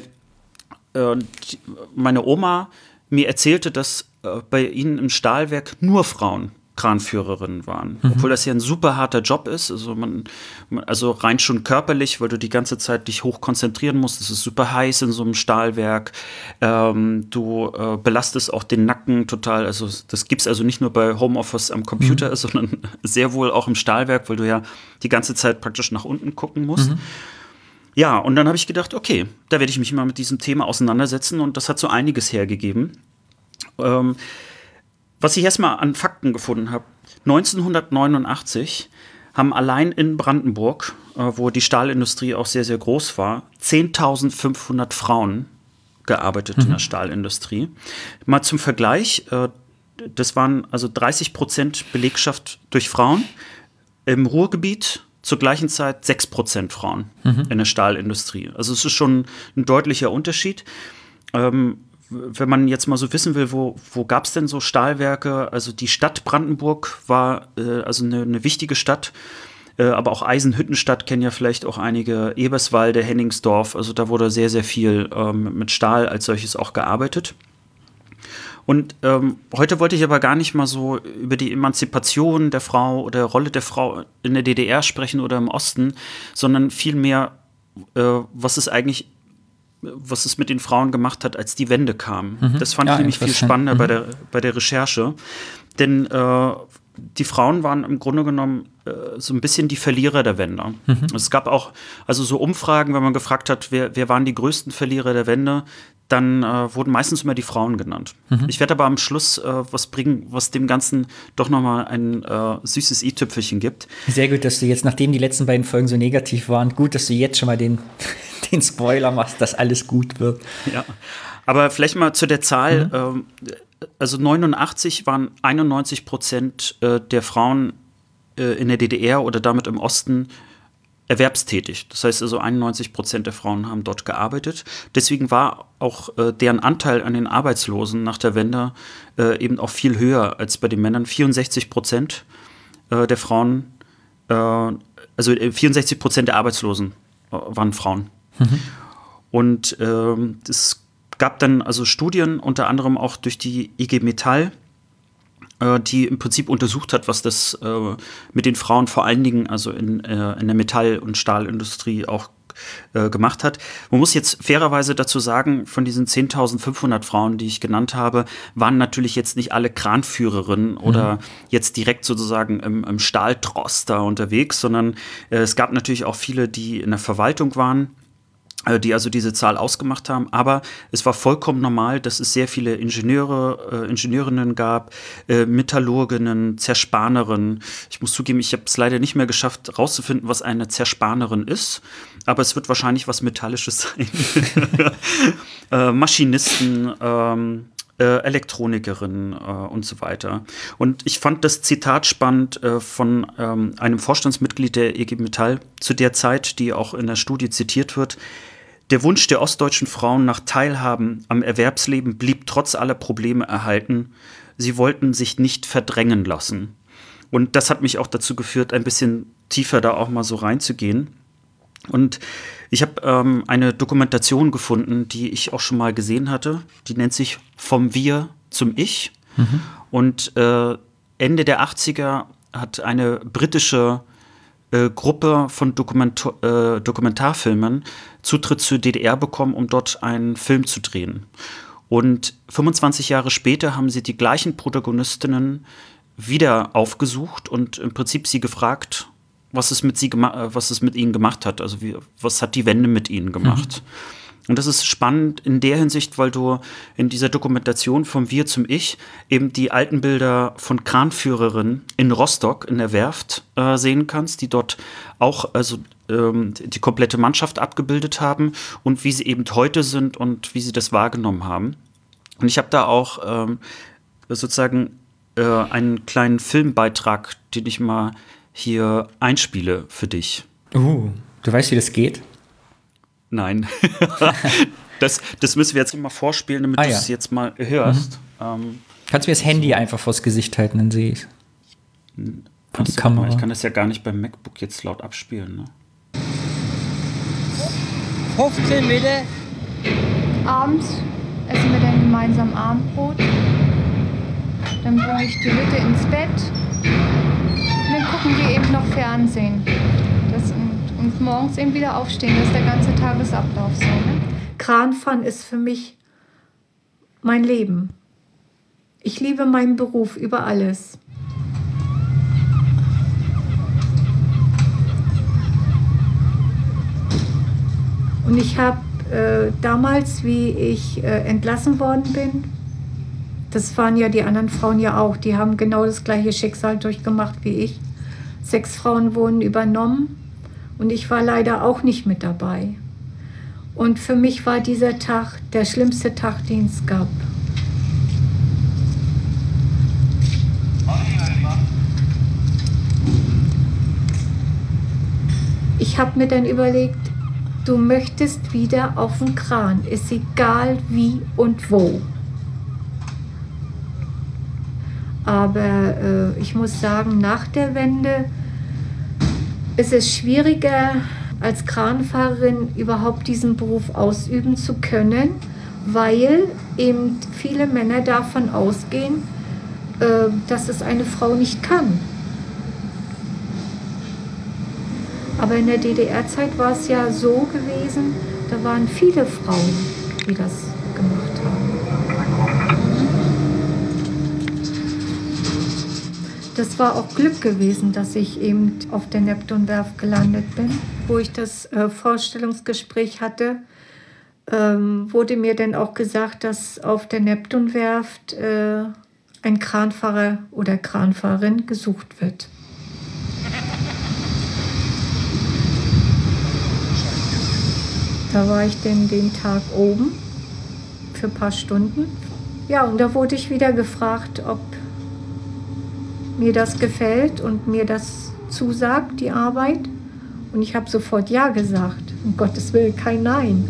[SPEAKER 2] meine Oma mir erzählte, dass bei ihnen im Stahlwerk nur Frauen Kranführerinnen waren. Obwohl das ja ein super harter Job ist. Also rein schon körperlich, weil du die ganze Zeit dich hoch konzentrieren musst. Es ist super heiß in so einem Stahlwerk. Du belastest auch den Nacken total. Also das gibt es also nicht nur bei Homeoffice am Computer, sondern sehr wohl auch im Stahlwerk, weil du ja die ganze Zeit praktisch nach unten gucken musst. Ja, und dann habe ich gedacht, okay, da werde ich mich mal mit diesem Thema auseinandersetzen. Und das hat so einiges hergegeben. Was ich erstmal an Fakten gefunden habe: 1989 haben allein in Brandenburg, wo die Stahlindustrie auch sehr, sehr groß war, 10.500 Frauen gearbeitet in der Stahlindustrie. Mal zum Vergleich, das waren also 30% Belegschaft durch Frauen. Im Ruhrgebiet zur gleichen Zeit 6% Frauen in der Stahlindustrie. Also es ist schon ein deutlicher Unterschied. Wenn man jetzt mal so wissen will, wo gab es denn so Stahlwerke? Also die Stadt Brandenburg war also eine wichtige Stadt, aber auch Eisenhüttenstadt kennen ja vielleicht auch einige, Eberswalde, Hennigsdorf. Also da wurde sehr, sehr viel mit Stahl als solches auch gearbeitet. Und heute wollte ich aber gar nicht mal so über die Emanzipation der Frau oder Rolle der Frau in der DDR sprechen oder im Osten, sondern vielmehr, was es mit den Frauen gemacht hat, als die Wende kam. Das fand ich nämlich viel spannender bei der Recherche. Denn die Frauen waren im Grunde genommen so ein bisschen die Verlierer der Wende. Es gab auch also so Umfragen, wenn man gefragt hat, wer waren die größten Verlierer der Wende, dann wurden meistens immer die Frauen genannt. Ich werde aber am Schluss was bringen, was dem Ganzen doch nochmal ein süßes i-Tüpfelchen gibt.
[SPEAKER 1] Sehr gut, dass du jetzt, nachdem die letzten beiden Folgen so negativ waren, gut, dass du jetzt schon mal den Spoiler machst, dass alles gut wird.
[SPEAKER 2] Ja, aber vielleicht mal zu der Zahl. Also 89 waren 91% der Frauen in der DDR oder damit im Osten erwerbstätig. Das heißt also 91% der Frauen haben dort gearbeitet. Deswegen war auch deren Anteil an den Arbeitslosen nach der Wende eben auch viel höher als bei den Männern. 64% der Frauen, also 64% der Arbeitslosen waren Frauen. Und es gab dann also Studien, unter anderem auch durch die IG Metall, die im Prinzip untersucht hat, was das mit den Frauen vor allen Dingen also in der Metall- und Stahlindustrie auch gemacht hat. Man muss jetzt fairerweise dazu sagen, von diesen 10.500 Frauen, die ich genannt habe, waren natürlich jetzt nicht alle Kranführerinnen oder jetzt direkt sozusagen im Stahltross da unterwegs, sondern es gab natürlich auch viele, die in der Verwaltung waren, die also diese Zahl ausgemacht haben. Aber es war vollkommen normal, dass es sehr viele Ingenieurinnen gab, Metallurginnen, Zerspanerinnen. Ich muss zugeben, ich habe es leider nicht mehr geschafft, rauszufinden, was eine Zerspanerin ist. Aber es wird wahrscheinlich was Metallisches sein. Maschinisten, Elektronikerinnen und so weiter. Und ich fand das Zitat spannend von einem Vorstandsmitglied der IG Metall zu der Zeit, die auch in der Studie zitiert wird. Der Wunsch der ostdeutschen Frauen nach Teilhaben am Erwerbsleben blieb trotz aller Probleme erhalten. Sie wollten sich nicht verdrängen lassen. Und das hat mich auch dazu geführt, ein bisschen tiefer da auch mal so reinzugehen. Und ich habe eine Dokumentation gefunden, die ich auch schon mal gesehen hatte. Die nennt sich Vom Wir zum Ich. Und Ende der 80er hat eine britische Gruppe von Dokumentarfilmen Zutritt zur DDR bekommen, um dort einen Film zu drehen. Und 25 Jahre später haben sie die gleichen Protagonistinnen wieder aufgesucht und im Prinzip sie gefragt, was es mit ihnen gemacht hat. Also was hat die Wende mit ihnen gemacht? Und das ist spannend in der Hinsicht, weil du in dieser Dokumentation vom Wir zum Ich eben die alten Bilder von Kranführerinnen in Rostock in der Werft sehen kannst, die dort auch die komplette Mannschaft abgebildet haben und wie sie eben heute sind und wie sie das wahrgenommen haben. Und ich habe da auch sozusagen einen kleinen Filmbeitrag, den ich mal hier einspiele für dich.
[SPEAKER 1] Du weißt, wie das geht?
[SPEAKER 2] Nein. das müssen wir jetzt mal vorspielen, damit du es jetzt mal hörst.
[SPEAKER 1] Kannst du mir das Handy einfach vors Gesicht halten, dann sehe ich es. Die Kamera.
[SPEAKER 2] Ich kann das ja gar nicht beim MacBook jetzt laut abspielen. Ne?
[SPEAKER 3] 15 Meter.
[SPEAKER 4] Abends essen wir dann gemeinsam Abendbrot. Dann bringe ich die Lütte ins Bett. Und dann gucken wir eben noch Fernsehen. Und morgens eben wieder aufstehen. Das ist der ganze Tagesablauf so. Ne?
[SPEAKER 5] Kranfahren ist für mich mein Leben. Ich liebe meinen Beruf über alles. Und ich habe damals, wie ich entlassen worden bin, das waren ja die anderen Frauen ja auch, die haben genau das gleiche Schicksal durchgemacht wie ich. 6 Frauen wurden übernommen und ich war leider auch nicht mit dabei. Und für mich war dieser Tag der schlimmste Tag, den es gab. Ich habe mir dann überlegt, du möchtest wieder auf den Kran, ist egal wie und wo. Aber ich muss sagen, nach der Wende ist es schwieriger, als Kranfahrerin überhaupt diesen Beruf ausüben zu können, weil eben viele Männer davon ausgehen, dass es eine Frau nicht kann. Aber in der DDR-Zeit war es ja so gewesen, da waren viele Frauen, die das gemacht haben. Das war auch Glück gewesen, dass ich eben auf der Neptunwerft gelandet bin. Wo ich das Vorstellungsgespräch hatte, wurde mir dann auch gesagt, dass auf der Neptunwerft ein Kranfahrer oder Kranfahrerin gesucht wird. Da war ich dann den Tag oben für ein paar Stunden. Ja, und da wurde ich wieder gefragt, ob mir das gefällt und mir das zusagt, die Arbeit. Und ich habe sofort Ja gesagt. Um Gottes Willen, kein Nein.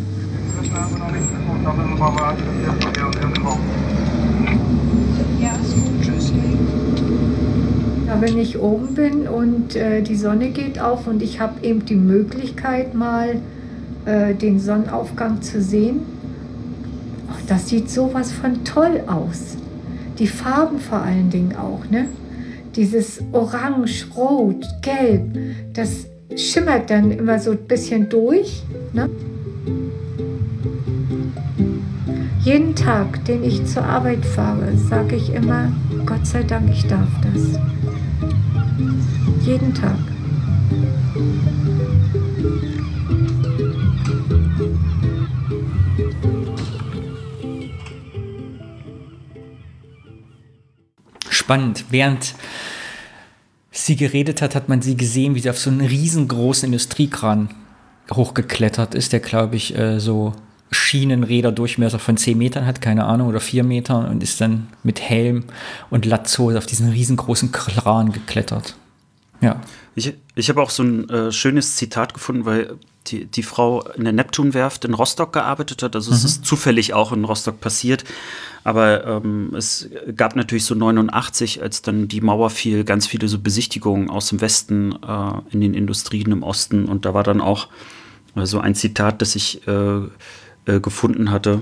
[SPEAKER 4] Ja, ist gut. Tschüss.
[SPEAKER 5] Ja, wenn ich oben bin und die Sonne geht auf und ich habe eben die Möglichkeit, mal den Sonnenaufgang zu sehen, ach, das sieht sowas von toll aus. Die Farben vor allen Dingen auch, ne? Dieses Orange, Rot, Gelb, das schimmert dann immer so ein bisschen durch, ne? Jeden Tag, den ich zur Arbeit fahre, sage ich immer, Gott sei Dank, ich darf das. Jeden Tag.
[SPEAKER 1] Spannend. Während sie geredet hat, hat man sie gesehen, wie sie auf so einen riesengroßen Industriekran hochgeklettert ist, der, glaube ich, so Schienenräder-Durchmesser von 10 Metern hat, keine Ahnung, oder 4 Metern, und ist dann mit Helm und Latzhose auf diesen riesengroßen Kran geklettert. Ja.
[SPEAKER 2] Ich habe auch so ein schönes Zitat gefunden, weil die Frau in der Neptunwerft in Rostock gearbeitet hat. Also es ist zufällig auch in Rostock passiert. Aber es gab natürlich so 89, als dann die Mauer fiel, ganz viele so Besichtigungen aus dem Westen in den Industrien im Osten. Und da war dann auch so ein Zitat, das ich gefunden hatte,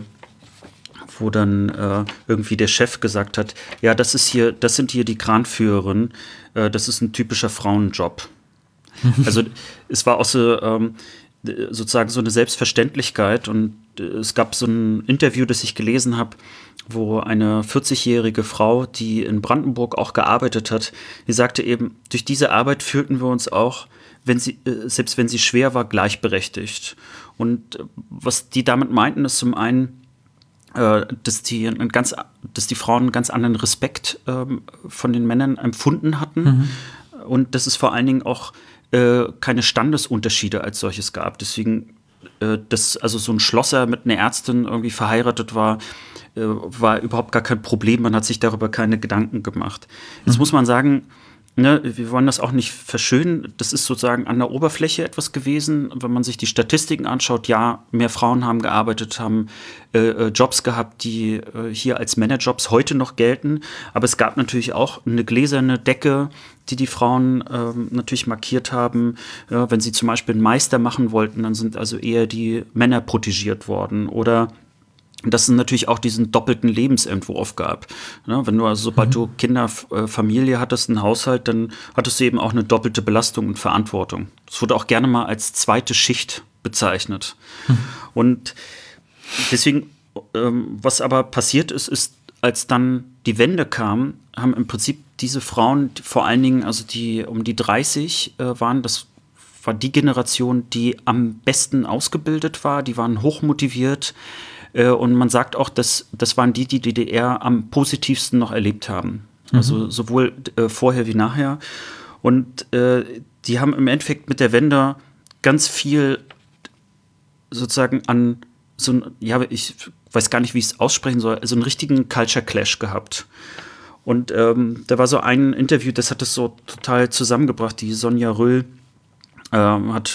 [SPEAKER 2] wo dann irgendwie der Chef gesagt hat, ja, das sind hier die Kranführerinnen, das ist ein typischer Frauenjob. Also es war auch so sozusagen so eine Selbstverständlichkeit, und es gab so ein Interview, das ich gelesen habe, wo eine 40-jährige Frau, die in Brandenburg auch gearbeitet hat, die sagte eben, durch diese Arbeit fühlten wir uns auch, selbst wenn sie schwer war, gleichberechtigt. Und was die damit meinten, ist zum einen, dass die Frauen einen ganz anderen Respekt von den Männern empfunden hatten, und dass es vor allen Dingen auch keine Standesunterschiede als solches gab. Deswegen, dass also so ein Schlosser mit einer Ärztin irgendwie verheiratet war überhaupt gar kein Problem. Man hat sich darüber keine Gedanken gemacht. Jetzt muss man sagen, ne, wir wollen das auch nicht verschönen. Das ist sozusagen an der Oberfläche etwas gewesen. Wenn man sich die Statistiken anschaut, ja, mehr Frauen haben gearbeitet, haben Jobs gehabt, die hier als Männerjobs heute noch gelten. Aber es gab natürlich auch eine gläserne Decke, die Frauen natürlich markiert haben. Wenn sie zum Beispiel einen Meister machen wollten, dann sind also eher die Männer protegiert worden. Oder dass es natürlich auch diesen doppelten Lebensentwurf gab. Ja, wenn du also, sobald du Kinder, Familie hattest, einen Haushalt, dann hattest du eben auch eine doppelte Belastung und Verantwortung. Das wurde auch gerne mal als zweite Schicht bezeichnet. Und deswegen, was aber passiert ist, als dann die Wende kam, haben im Prinzip diese Frauen, vor allen Dingen, also die um die 30 waren, das war die Generation, die am besten ausgebildet war, die waren hochmotiviert. Und man sagt auch, das waren die DDR am positivsten noch erlebt haben. Also sowohl vorher wie nachher. Und die haben im Endeffekt mit der Wende ganz viel sozusagen an so ein, ja, ich weiß gar nicht, wie ich es aussprechen soll, so einen richtigen Culture Clash gehabt. Und da war so ein Interview, das hat es so total zusammengebracht. Die Sonja Röhl hat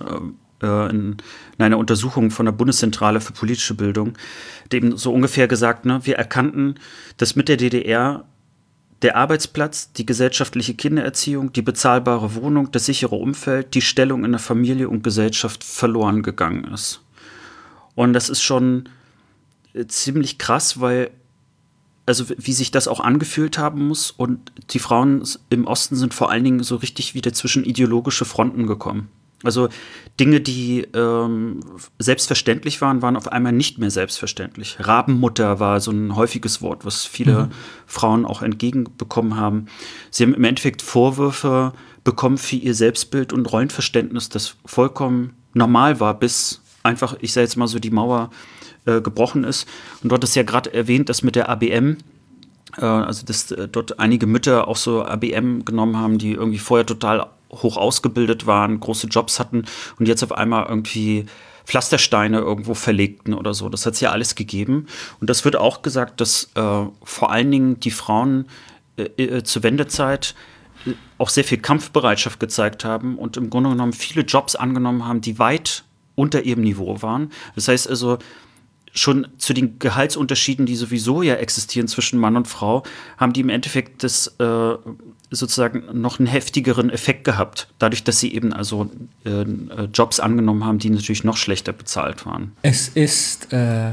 [SPEAKER 2] in einer Untersuchung von der Bundeszentrale für politische Bildung dem so ungefähr gesagt, ne, wir erkannten, dass mit der DDR der Arbeitsplatz, die gesellschaftliche Kindererziehung, die bezahlbare Wohnung, das sichere Umfeld, die Stellung in der Familie und Gesellschaft verloren gegangen ist. Und das ist schon ziemlich krass, weil, also wie sich das auch angefühlt haben muss, und die Frauen im Osten sind vor allen Dingen so richtig wieder zwischen ideologische Fronten gekommen. Also Dinge, die selbstverständlich waren auf einmal nicht mehr selbstverständlich. Rabenmutter war so ein häufiges Wort, was viele Frauen auch entgegenbekommen haben. Sie haben im Endeffekt Vorwürfe bekommen für ihr Selbstbild und Rollenverständnis, das vollkommen normal war, bis einfach, ich sage jetzt mal so, die Mauer gebrochen ist. Und dort ist ja gerade erwähnt, dass mit der ABM, also dass dort einige Mütter auch so ABM genommen haben, die irgendwie vorher total hoch ausgebildet waren, große Jobs hatten und jetzt auf einmal irgendwie Pflastersteine irgendwo verlegten oder so. Das hat es ja alles gegeben. Und das wird auch gesagt, dass vor allen Dingen die Frauen zur Wendezeit auch sehr viel Kampfbereitschaft gezeigt haben und im Grunde genommen viele Jobs angenommen haben, die weit unter ihrem Niveau waren. Das heißt also, schon zu den Gehaltsunterschieden, die sowieso ja existieren zwischen Mann und Frau, haben die im Endeffekt das sozusagen noch einen heftigeren Effekt gehabt, dadurch, dass sie eben also Jobs angenommen haben, die natürlich noch schlechter bezahlt waren.
[SPEAKER 1] Es ist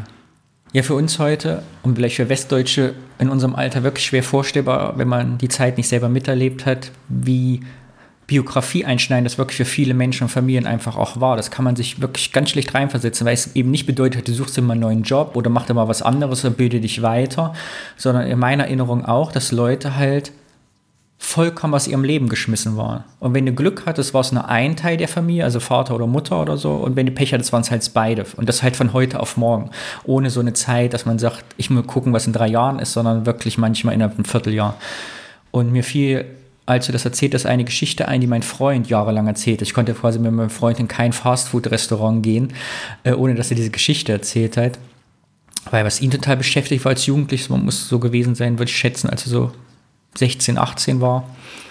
[SPEAKER 1] ja für uns heute und vielleicht für Westdeutsche in unserem Alter wirklich schwer vorstellbar, wenn man die Zeit nicht selber miterlebt hat, wie Biografie einschneiden, das wirklich für viele Menschen und Familien einfach auch war. Das kann man sich wirklich ganz schlecht reinversetzen, weil es eben nicht bedeutet, du suchst dir mal einen neuen Job oder mach dir mal was anderes und bilde dich weiter, sondern in meiner Erinnerung auch, dass Leute halt vollkommen aus ihrem Leben geschmissen waren. Und wenn du Glück hattest, war es nur ein Teil der Familie, also Vater oder Mutter oder so, und wenn du Pech hattest, waren es halt beide. Und das halt von heute auf morgen. Ohne so eine Zeit, dass man sagt, ich will gucken, was in 3 Jahren ist, sondern wirklich manchmal innerhalb von einem Vierteljahr. Und mir fiel, als du das erzählt hast, eine Geschichte ein, die mein Freund jahrelang erzählt hat. Ich konnte quasi mit meinem Freund in kein Fastfood-Restaurant gehen, ohne dass er diese Geschichte erzählt hat. Weil was ihn total beschäftigt war als Jugendlicher, man muss so gewesen sein, würde ich schätzen, als er so 16, 18 war,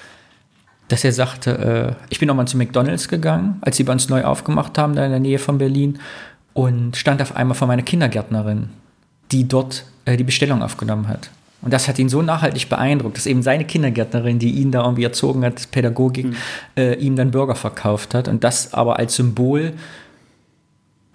[SPEAKER 1] dass er sagte, ich bin nochmal zu McDonald's gegangen, als sie bei uns neu aufgemacht haben, da in der Nähe von Berlin, und stand auf einmal vor meiner Kindergärtnerin, die dort die Bestellung aufgenommen hat. Und das hat ihn so nachhaltig beeindruckt, dass eben seine Kindergärtnerin, die ihn da irgendwie erzogen hat, Pädagogik, ihm dann Burger verkauft hat. Und das aber als Symbol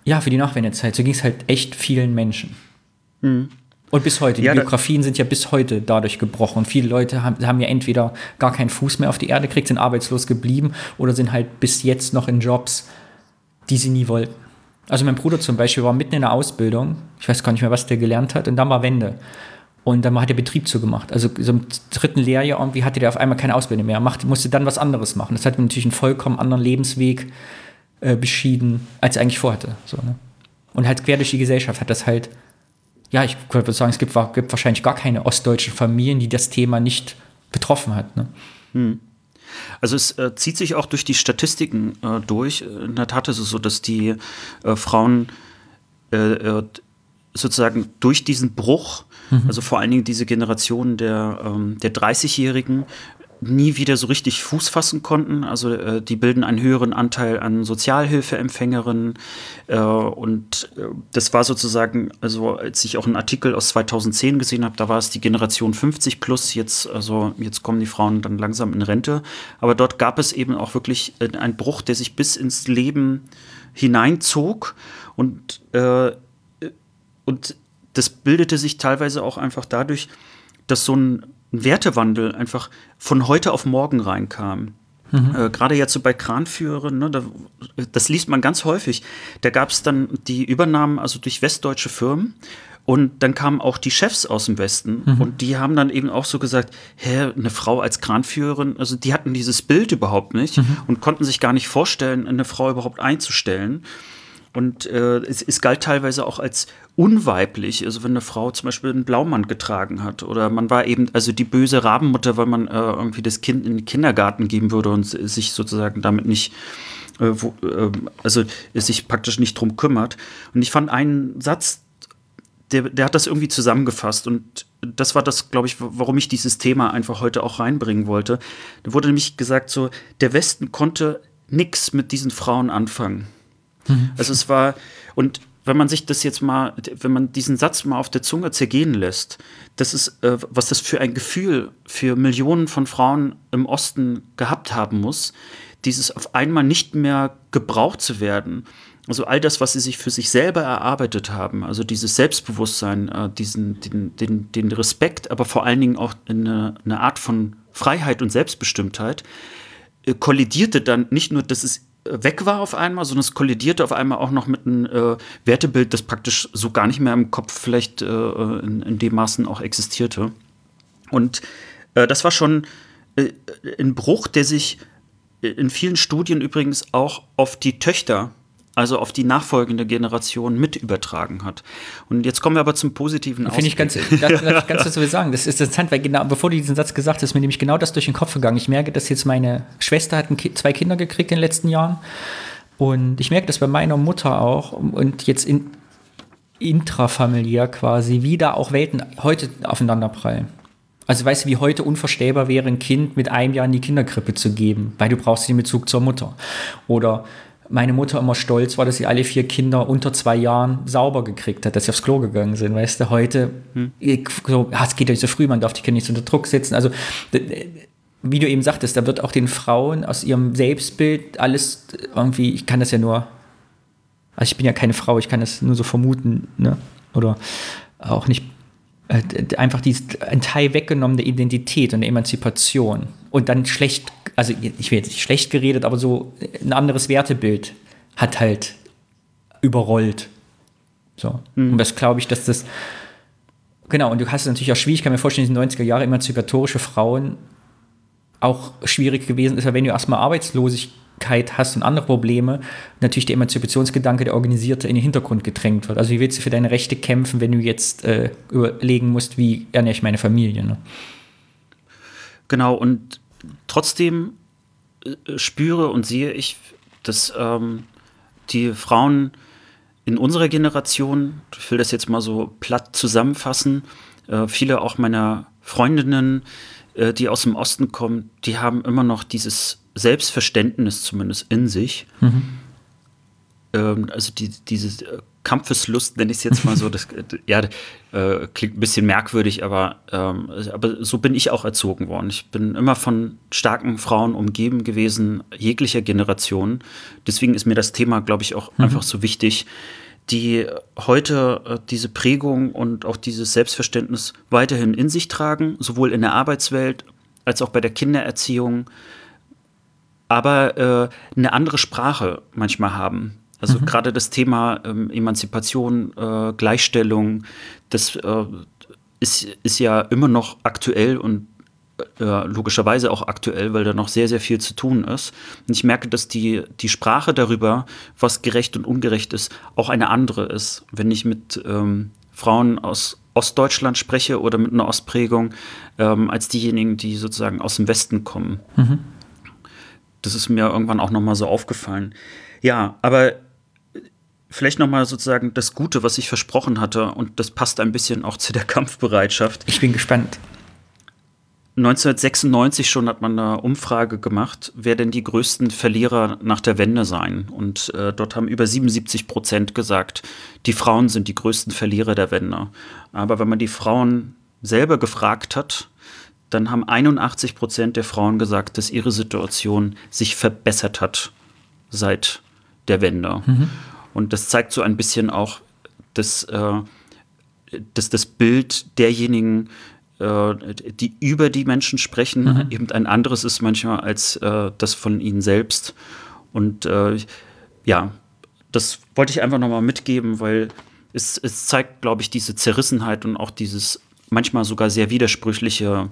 [SPEAKER 1] Ja, für die Nachwendezeit. So ging es halt echt vielen Menschen.
[SPEAKER 2] Mhm.
[SPEAKER 1] Und bis heute. Die
[SPEAKER 2] Ja,
[SPEAKER 1] Biografien sind ja bis heute dadurch gebrochen. Viele Leute haben ja entweder gar keinen Fuß mehr auf die Erde gekriegt, sind arbeitslos geblieben oder sind halt bis jetzt noch in Jobs, die sie nie wollten. Also mein Bruder zum Beispiel war mitten in der Ausbildung. Ich weiß gar nicht mehr, was der gelernt hat. Und dann war Wende. Und dann hat der Betrieb zugemacht. Also so im 3. Lehrjahr irgendwie hatte der auf einmal keine Ausbildung mehr. Musste dann was anderes machen. Das hat ihm natürlich einen vollkommen anderen Lebensweg beschieden, als er eigentlich vorhatte. So, ne? Und halt quer durch die Gesellschaft hat das halt, ja, ich würde sagen, es gibt wahrscheinlich gar keine ostdeutschen Familien, die das Thema nicht betroffen hat. Ne?
[SPEAKER 2] Also es zieht sich auch durch die Statistiken durch. In der Tat ist es so, dass die Frauen sozusagen durch diesen Bruch, also vor allen Dingen diese Generation der 30-Jährigen, nie wieder so richtig Fuß fassen konnten. Also die bilden einen höheren Anteil an Sozialhilfeempfängerinnen. Und das war sozusagen, also als ich auch einen Artikel aus 2010 gesehen habe, da war es die Generation 50 plus. Jetzt kommen die Frauen dann langsam in Rente. Aber dort gab es eben auch wirklich einen Bruch, der sich bis ins Leben hineinzog. Und das bildete sich teilweise auch einfach dadurch, dass so ein Wertewandel einfach von heute auf morgen reinkam. Gerade jetzt so bei Kranführern, ne, das liest man ganz häufig. Da gab es dann die Übernahmen, also durch westdeutsche Firmen. Und dann kamen auch die Chefs aus dem Westen. Und die haben dann eben auch so gesagt, eine Frau als Kranführerin, also die hatten dieses Bild überhaupt nicht und konnten sich gar nicht vorstellen, eine Frau überhaupt einzustellen. Und es galt teilweise auch als unweiblich, also wenn eine Frau zum Beispiel einen Blaumann getragen hat oder man war eben also die böse Rabenmutter, weil man irgendwie das Kind in den Kindergarten geben würde und sich sozusagen damit nicht, also sich praktisch nicht drum kümmert. Und ich fand einen Satz, der hat das irgendwie zusammengefasst und das war das, glaube ich, warum ich dieses Thema einfach heute auch reinbringen wollte. Da wurde nämlich gesagt so, der Westen konnte nichts mit diesen Frauen anfangen. Also es war, und wenn man sich das jetzt mal, wenn man diesen Satz mal auf der Zunge zergehen lässt, das ist, was das für ein Gefühl für Millionen von Frauen im Osten gehabt haben muss, dieses auf einmal nicht mehr gebraucht zu werden. Also all das, was sie sich für sich selber erarbeitet haben, also dieses Selbstbewusstsein, den Respekt, aber vor allen Dingen auch eine Art von Freiheit und Selbstbestimmtheit, kollidierte dann nicht nur, dass es weg war auf einmal, sondern es kollidierte auf einmal auch noch mit einem Wertebild, das praktisch so gar nicht mehr im Kopf vielleicht in dem Maßen auch existierte. Und das war schon ein Bruch, der sich in vielen Studien übrigens auch auf die Töchter, also auf die nachfolgende Generation mit übertragen hat. Und jetzt kommen wir aber zum positiven Ausblick.
[SPEAKER 1] Finde ich ganz so sagen. Das ist interessant, weil genau, bevor du diesen Satz gesagt hast, ist mir nämlich genau das durch den Kopf gegangen. Ich merke, dass jetzt meine Schwester hat 2 Kinder gekriegt in den letzten Jahren. Und ich merke das bei meiner Mutter auch. Und jetzt intrafamiliär quasi, wie da auch Welten heute aufeinanderprallen. Also weißt du, wie heute unvorstellbar wäre, ein Kind mit 1 Jahr in die Kinderkrippe zu geben, weil du brauchst den Bezug zur Mutter. Oder meine Mutter immer stolz war, dass sie alle 4 Kinder unter 2 Jahren sauber gekriegt hat, dass sie aufs Klo gegangen sind, weißt du, heute, es geht ja nicht so früh, man darf die Kinder nicht unter Druck setzen, also, wie du eben sagtest, da wird auch den Frauen aus ihrem Selbstbild alles irgendwie, ich kann das ja nur, also ich bin ja keine Frau, ich kann das nur so vermuten, ne, oder auch nicht, einfach ein Teil weggenommen der Identität und der Emanzipation und dann schlecht, also ich will jetzt nicht schlecht geredet, aber so ein anderes Wertebild hat halt überrollt. So. Und das glaube ich, dass das, genau, und du hast es natürlich auch schwierig, ich kann mir vorstellen, in den 90er Jahren emanzipatorische Frauen auch schwierig gewesen ist, weil wenn du erstmal Arbeitslosigkeit hast und andere Probleme, natürlich der Emanzipationsgedanke, der Organisierte, in den Hintergrund gedrängt wird. Also wie willst du für deine Rechte kämpfen, wenn du jetzt überlegen musst, wie ernähre ich meine Familie? Ne?
[SPEAKER 2] Genau, und trotzdem spüre und sehe ich, dass die Frauen in unserer Generation, ich will das jetzt mal so platt zusammenfassen, viele auch meiner Freundinnen, die aus dem Osten kommen, die haben immer noch dieses Selbstverständnis zumindest in sich. Also dieses Kampfeslust, nenne ich es jetzt mal so. Das klingt ein bisschen merkwürdig, aber so bin ich auch erzogen worden. Ich bin immer von starken Frauen umgeben gewesen, jeglicher Generation. Deswegen ist mir das Thema, glaube ich, auch einfach so wichtig, die heute diese Prägung und auch dieses Selbstverständnis weiterhin in sich tragen, sowohl in der Arbeitswelt als auch bei der Kindererziehung, aber eine andere Sprache manchmal haben. Also gerade das Thema Emanzipation, Gleichstellung, das ist ja immer noch aktuell und logischerweise auch aktuell, weil da noch sehr, sehr viel zu tun ist. Und ich merke, dass die Sprache darüber, was gerecht und ungerecht ist, auch eine andere ist. Wenn ich mit Frauen aus Ostdeutschland spreche oder mit einer Ostprägung, als diejenigen, die sozusagen aus dem Westen kommen. Das ist mir irgendwann auch nochmal so aufgefallen. Ja, aber vielleicht nochmal sozusagen das Gute, was ich versprochen hatte, und das passt ein bisschen auch zu der Kampfbereitschaft.
[SPEAKER 1] Ich bin gespannt.
[SPEAKER 2] 1996 schon hat man eine Umfrage gemacht, wer denn die größten Verlierer nach der Wende seien. Und dort haben über 77% gesagt, die Frauen sind die größten Verlierer der Wende. Aber wenn man die Frauen selber gefragt hat, dann haben 81% der Frauen gesagt, dass ihre Situation sich verbessert hat seit der Wende. Und das zeigt so ein bisschen auch, dass das Bild derjenigen, die über die Menschen sprechen, eben ein anderes ist manchmal als das von ihnen selbst. Und das wollte ich einfach nochmal mitgeben, weil es zeigt, glaube ich, diese Zerrissenheit und auch dieses manchmal sogar sehr widersprüchliche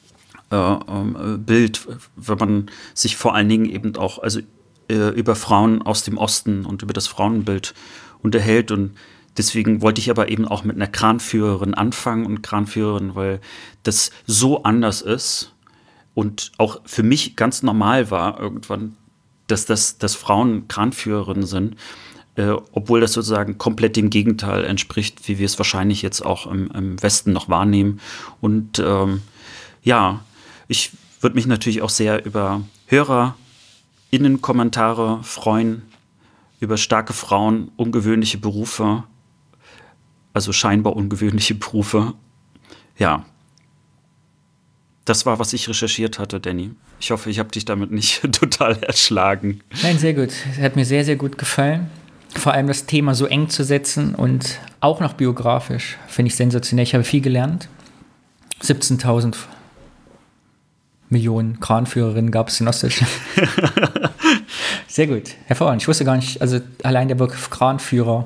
[SPEAKER 2] Bild, wenn man sich vor allen Dingen eben auch über Frauen aus dem Osten und über das Frauenbild unterhält. Und deswegen wollte ich aber eben auch mit einer Kranführerin anfangen und Kranführerin, weil das so anders ist und auch für mich ganz normal war irgendwann, dass Frauen Kranführerinnen sind, obwohl das sozusagen komplett dem Gegenteil entspricht, wie wir es wahrscheinlich jetzt auch im Westen noch wahrnehmen. Und ich würde mich natürlich auch sehr über HörerInnen-Kommentare freuen, über starke Frauen, ungewöhnliche Berufe, also scheinbar ungewöhnliche Berufe. Ja, das war, was ich recherchiert hatte, Danny. Ich hoffe, ich habe dich damit nicht total erschlagen.
[SPEAKER 1] Nein, sehr gut. Es hat mir sehr, sehr gut gefallen. Vor allem das Thema so eng zu setzen und auch noch biografisch, finde ich sensationell. Ich habe viel gelernt. 17.000 Millionen Kranführerinnen gab es in Ostdeutschland. Sehr gut, hervorragend. Ich wusste gar nicht, also allein der Begriff Kranführer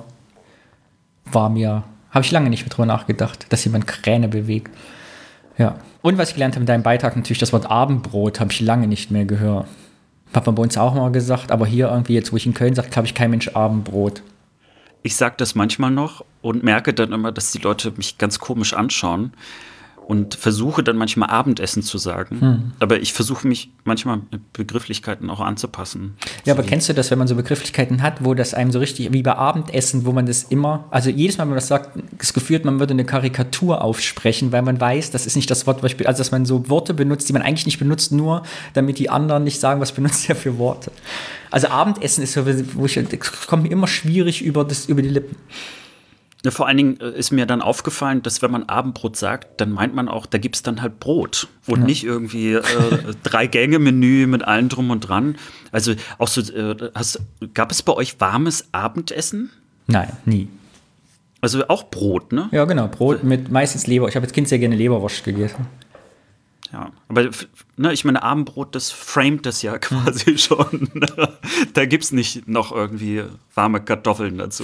[SPEAKER 1] habe ich lange nicht mehr drüber nachgedacht, dass jemand Kräne bewegt. Ja. Und was ich gelernt habe in deinem Beitrag, natürlich das Wort Abendbrot, habe ich lange nicht mehr gehört. Hat man bei uns auch mal gesagt, aber hier irgendwie jetzt, wo ich in Köln sage, glaube ich, kein Mensch Abendbrot.
[SPEAKER 2] Ich sage das manchmal noch und merke dann immer, dass die Leute mich ganz komisch anschauen und versuche dann manchmal Abendessen zu sagen. Aber ich versuche mich manchmal mit Begrifflichkeiten auch anzupassen.
[SPEAKER 1] Ja, aber kennst du das, wenn man so Begrifflichkeiten hat, wo das einem so richtig, wie bei Abendessen, wo man das immer, also jedes Mal, wenn man das sagt, das Gefühl hat, man würde eine Karikatur aufsprechen, weil man weiß, das ist nicht das Wort, also dass man so Worte benutzt, die man eigentlich nicht benutzt, nur damit die anderen nicht sagen, was benutzt er für Worte. Also Abendessen ist so, das kommt mir immer schwierig über die Lippen.
[SPEAKER 2] Ja, vor allen Dingen ist mir dann aufgefallen, dass wenn man Abendbrot sagt, dann meint man auch, da gibt es dann halt Brot und nicht irgendwie 3-Gänge-Menü mit allem drum und dran. Also auch so, gab es bei euch warmes Abendessen?
[SPEAKER 1] Nein, nie.
[SPEAKER 2] Also auch Brot, ne?
[SPEAKER 1] Ja, genau, Brot mit meistens Leber. Ich habe als Kind sehr gerne Leberwurst gegessen.
[SPEAKER 2] Ja, aber ich meine, Abendbrot, das framet das ja quasi schon. Da gibt es nicht noch irgendwie warme Kartoffeln dazu.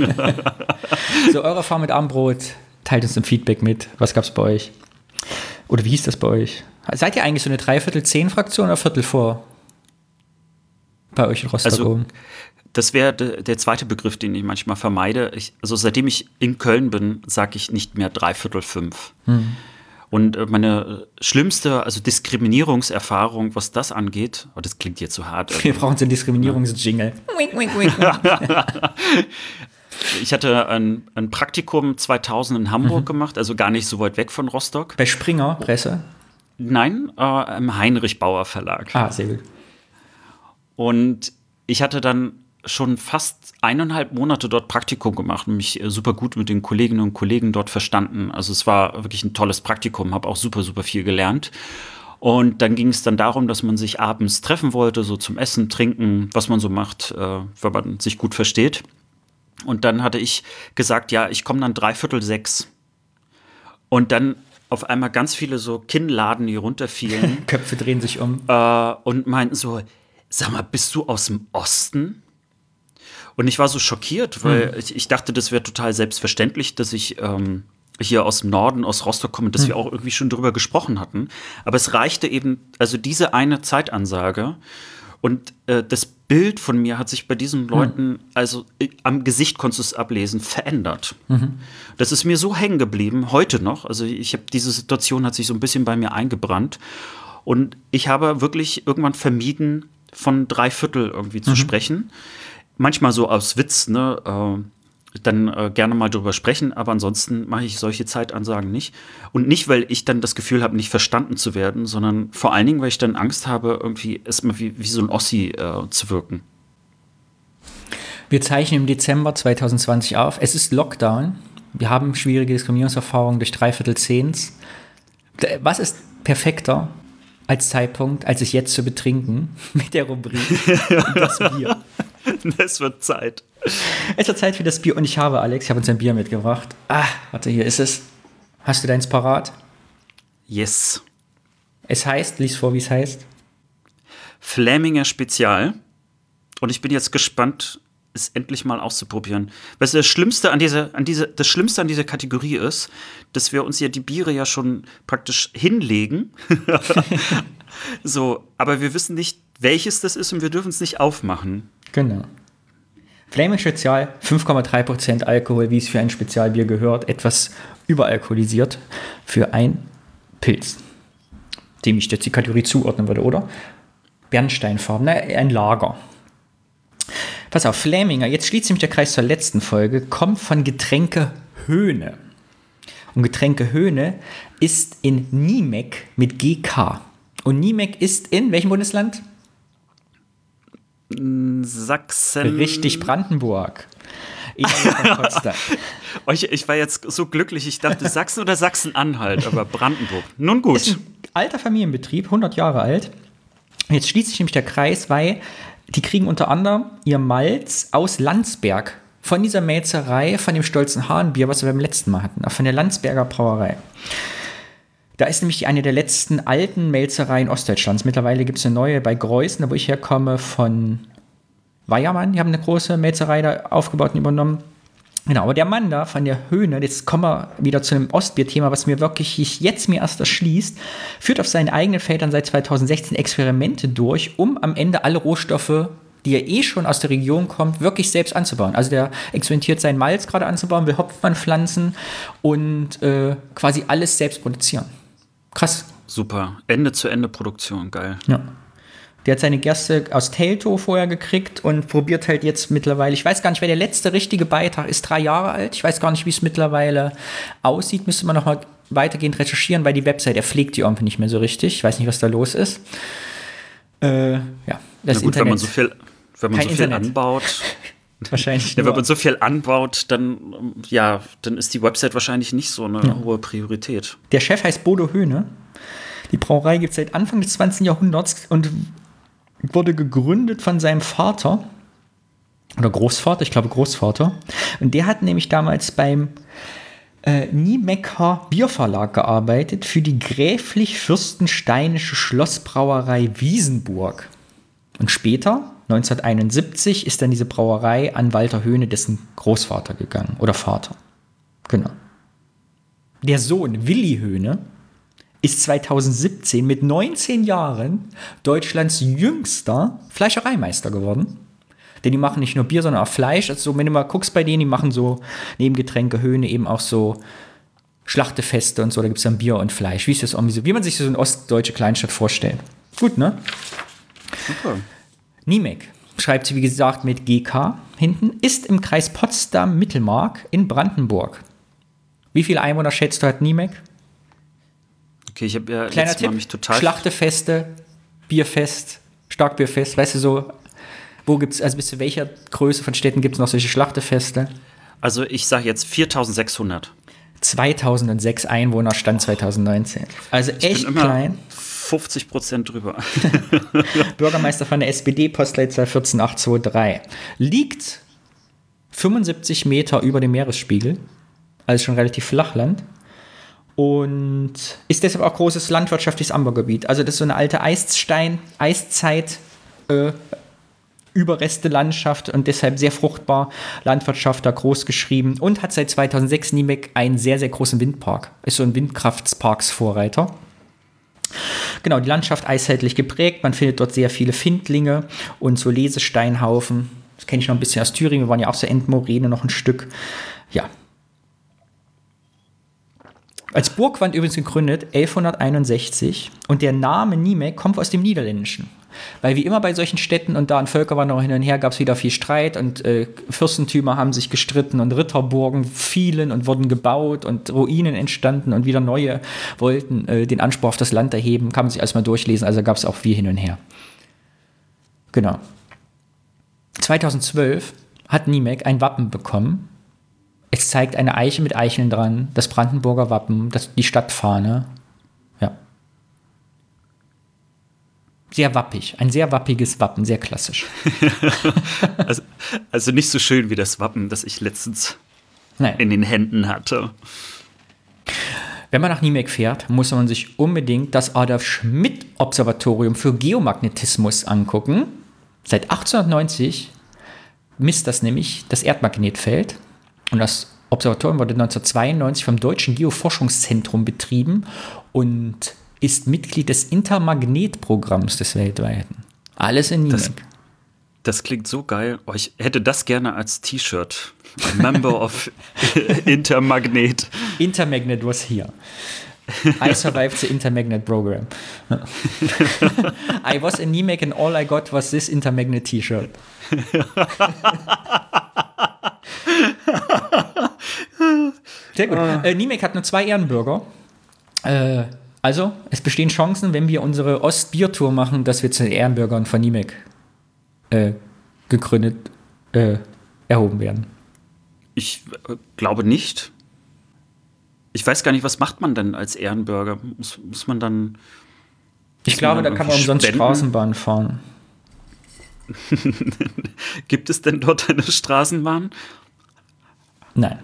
[SPEAKER 1] So, eure Erfahrung mit Abendbrot, teilt uns im Feedback mit. Was gab es bei euch? Oder wie hieß das bei euch? Seid ihr eigentlich so eine 3/4-10-Fraktion oder Viertel vor? Bei euch in Rostock oben?
[SPEAKER 2] Das wäre der zweite Begriff, den ich manchmal vermeide. Also seitdem ich in Köln bin, sage ich nicht mehr 3/4-5. Und meine schlimmste, also Diskriminierungserfahrung, was das angeht, das klingt jetzt zu hart.
[SPEAKER 1] Wir brauchen so einen Diskriminierungsjingle.
[SPEAKER 2] Ich hatte ein Praktikum 2000 in Hamburg gemacht, also gar nicht so weit weg von Rostock.
[SPEAKER 1] Bei Springer Presse?
[SPEAKER 2] Nein, im Heinrich Bauer Verlag.
[SPEAKER 1] Ah, sehr gut.
[SPEAKER 2] Und ich hatte dann schon fast 1,5 Monate dort Praktikum gemacht und mich super gut mit den Kolleginnen und Kollegen dort verstanden. Also es war wirklich ein tolles Praktikum, habe auch super, super viel gelernt. Und dann ging es dann darum, dass man sich abends treffen wollte, so zum Essen, Trinken, was man so macht, wenn man sich gut versteht. Und dann hatte ich gesagt, ja, ich komme dann 5:45. Und dann auf einmal ganz viele so Kinnladen, die runterfielen.
[SPEAKER 1] Köpfe drehen sich um.
[SPEAKER 2] Und meinten so, sag mal, bist du aus dem Osten? Und ich war so schockiert, weil ich dachte, das wäre total selbstverständlich, dass ich hier aus dem Norden, aus Rostock komme, dass wir auch irgendwie schon drüber gesprochen hatten. Aber es reichte eben, also diese eine Zeitansage. Und das Bild von mir hat sich bei diesen Leuten, also am Gesicht konntest du es ablesen, verändert. Das ist mir so hängen geblieben, heute noch. Also diese Situation hat sich so ein bisschen bei mir eingebrannt. Und ich habe wirklich irgendwann vermieden, von 3/4 irgendwie zu sprechen. Manchmal so aus Witz, ne? Dann gerne mal drüber sprechen, aber ansonsten mache ich solche Zeitansagen nicht. Und nicht, weil ich dann das Gefühl habe, nicht verstanden zu werden, sondern vor allen Dingen, weil ich dann Angst habe, irgendwie erstmal wie so ein Ossi zu wirken.
[SPEAKER 1] Wir zeichnen im Dezember 2020 auf. Es ist Lockdown. Wir haben schwierige Diskriminierungserfahrungen durch 3/4. Was ist perfekter als Zeitpunkt, als sich jetzt zu betrinken mit der Rubrik das Bier?
[SPEAKER 2] Es wird Zeit.
[SPEAKER 1] Es wird Zeit für das Bier und ich habe uns ein Bier mitgebracht. Warte, hier ist es. Hast du deins parat?
[SPEAKER 2] Yes.
[SPEAKER 1] Es heißt, lies vor, wie es heißt.
[SPEAKER 2] Fläminger Spezial. Und ich bin jetzt gespannt, es endlich mal auszuprobieren. Weißt du, das Schlimmste an dieser Kategorie ist, dass wir uns ja die Biere ja schon praktisch hinlegen. So, aber wir wissen nicht, welches das ist und wir dürfen es nicht aufmachen.
[SPEAKER 1] Genau. Fläminger Spezial, 5,3% Alkohol, wie es für ein Spezialbier gehört. Etwas überalkoholisiert für ein Pilz, dem ich jetzt die Kategorie zuordnen würde, oder? Bernsteinfarben, ein Lager. Pass auf, Fläminger, jetzt schließt sich der Kreis zur letzten Folge, kommt von Getränke Höhne. Und Getränke Höhne ist in Niemek mit GK. Und Niemek ist in welchem Bundesland?
[SPEAKER 2] Sachsen.
[SPEAKER 1] Richtig, Brandenburg.
[SPEAKER 2] Ich war jetzt so glücklich, ich dachte Sachsen oder Sachsen-Anhalt, aber Brandenburg. Nun gut.
[SPEAKER 1] Ist ein alter Familienbetrieb, 100 Jahre alt. Jetzt schließt sich nämlich der Kreis, weil die kriegen unter anderem ihr Malz aus Landsberg. Von dieser Melzerei, von dem stolzen Hahnbier, was wir beim letzten Mal hatten. Von der Landsberger Brauerei. Da ist nämlich eine der letzten alten Melzereien Ostdeutschlands. Mittlerweile gibt es eine neue bei Greußen, da wo ich herkomme, von Weiermann. Die haben eine große Melzerei da aufgebaut und übernommen. Genau, aber der Mann da von der Höhne, jetzt kommen wir wieder zu einem Ostbier-Thema, was mir wirklich jetzt mir erst erschließt, führt auf seinen eigenen Feldern seit 2016 Experimente durch, um am Ende alle Rohstoffe, die ja schon aus der Region kommt, wirklich selbst anzubauen. Also der experimentiert sein Malz gerade anzubauen, will Hopfen pflanzen und quasi alles selbst produzieren. Krass.
[SPEAKER 2] Super. Ende-zu-Ende-Produktion, geil.
[SPEAKER 1] Ja. Der hat seine Gerste aus Teltow vorher gekriegt und probiert halt jetzt mittlerweile, ich weiß gar nicht, wer der letzte richtige Beitrag ist, 3 Jahre alt. Ich weiß gar nicht, wie es mittlerweile aussieht. Müsste man noch mal weitergehend recherchieren, weil die Website, er pflegt die irgendwie nicht mehr so richtig. Ich weiß nicht, was da los ist. Das
[SPEAKER 2] Na gut,
[SPEAKER 1] Internet.
[SPEAKER 2] wenn man so viel anbaut.
[SPEAKER 1] Wahrscheinlich.
[SPEAKER 2] Ja, wenn man so viel anbaut, dann ist die Website wahrscheinlich nicht so eine hohe Priorität.
[SPEAKER 1] Der Chef heißt Bodo Höhne. Die Brauerei gibt es seit Anfang des 20. Jahrhunderts und wurde gegründet von seinem Vater oder Großvater, ich glaube Großvater. Und der hat nämlich damals beim Niemecker Bierverlag gearbeitet für die gräflich-fürstensteinische Schlossbrauerei Wiesenburg. Und später, 1971, ist dann diese Brauerei an Walter Höhne, dessen Großvater, gegangen. Oder Vater. Genau. Der Sohn Willi Höhne ist 2017 mit 19 Jahren Deutschlands jüngster Fleischereimeister geworden. Denn die machen nicht nur Bier, sondern auch Fleisch. Also wenn du mal guckst bei denen, die machen so neben Getränke Höhne eben auch so Schlachtefeste und so. Da gibt es dann Bier und Fleisch. Wie man sich so eine ostdeutsche Kleinstadt vorstellt. Gut, ne?
[SPEAKER 2] Super.
[SPEAKER 1] Niemek, schreibt sie wie gesagt mit GK hinten, ist im Kreis Potsdam-Mittelmark in Brandenburg. Wie viele Einwohner schätzt du hat Niemek?
[SPEAKER 2] Okay, ich habe ja
[SPEAKER 1] Kleiner
[SPEAKER 2] letztes Mal
[SPEAKER 1] Tipp,
[SPEAKER 2] mich total...
[SPEAKER 1] Schlachtefeste, Bierfest, Starkbierfest, weißt du so, Wo gibt's, also bis zu welcher Größe von Städten gibt es noch solche Schlachtefeste?
[SPEAKER 2] Also ich sage jetzt 4600.
[SPEAKER 1] 2006 Einwohner, Stand 2019. Also echt klein.
[SPEAKER 2] 50% drüber.
[SPEAKER 1] Bürgermeister von der SPD, Postleitzahl 14823. Liegt 75 Meter über dem Meeresspiegel, also schon relativ Flachland. Und ist deshalb auch großes landwirtschaftliches Anbaugebiet. Also das ist so eine alte Eiszeit, Überreste-Landschaft und deshalb sehr fruchtbar. Landwirtschaft da groß geschrieben und hat seit 2006 Niemek einen sehr, sehr großen Windpark. Ist so ein Windkraftsparksvorreiter. Genau, die Landschaft eiszeitlich geprägt. Man findet dort sehr viele Findlinge und so Lesesteinhaufen. Das kenne ich noch ein bisschen aus Thüringen. Wir waren ja auch so Endmoräne noch ein Stück. Ja. Als Burgwand übrigens gegründet, 1161. Und der Name Niemek kommt aus dem Niederländischen. Weil wie immer bei solchen Städten und da in Völkerwanderung hin und her gab es wieder viel Streit und Fürstentümer haben sich gestritten und Ritterburgen fielen und wurden gebaut und Ruinen entstanden und wieder neue wollten den Anspruch auf das Land erheben. Kann man sich alles mal durchlesen, also gab es auch viel hin und her. Genau. 2012 hat Niemek ein Wappen bekommen. Es zeigt eine Eiche mit Eicheln dran, das Brandenburger Wappen, die Stadtfahne. Ja. Sehr wappig, ein sehr wappiges Wappen, sehr klassisch.
[SPEAKER 2] also nicht so schön wie das Wappen, das ich letztens in den Händen hatte.
[SPEAKER 1] Wenn man nach Niemek fährt, muss man sich unbedingt das Adolf-Schmidt-Observatorium für Geomagnetismus angucken. Seit 1890 misst das nämlich das Erdmagnetfeld. Und das Observatorium wurde 1992 vom Deutschen Geoforschungszentrum betrieben und ist Mitglied des Intermagnetprogramms des weltweiten. Alles in Niemek.
[SPEAKER 2] Das klingt so geil. Oh, ich hätte das gerne als T-Shirt. Member of Intermagnet.
[SPEAKER 1] Intermagnet was here. I survived the Intermagnet program. I was in Niemek and all I got was this Intermagnet T-Shirt. Sehr gut. Niemek hat nur 2 Ehrenbürger. Also, es bestehen Chancen, wenn wir unsere Ostbiertour machen, dass wir zu den Ehrenbürgern von Niemek gegründet erhoben werden.
[SPEAKER 2] Ich glaube nicht. Ich weiß gar nicht, was macht man denn als Ehrenbürger? Muss man dann.
[SPEAKER 1] Ich glaube, da kann man umsonst Straßenbahn fahren.
[SPEAKER 2] Gibt es denn dort eine Straßenbahn?
[SPEAKER 1] Nein.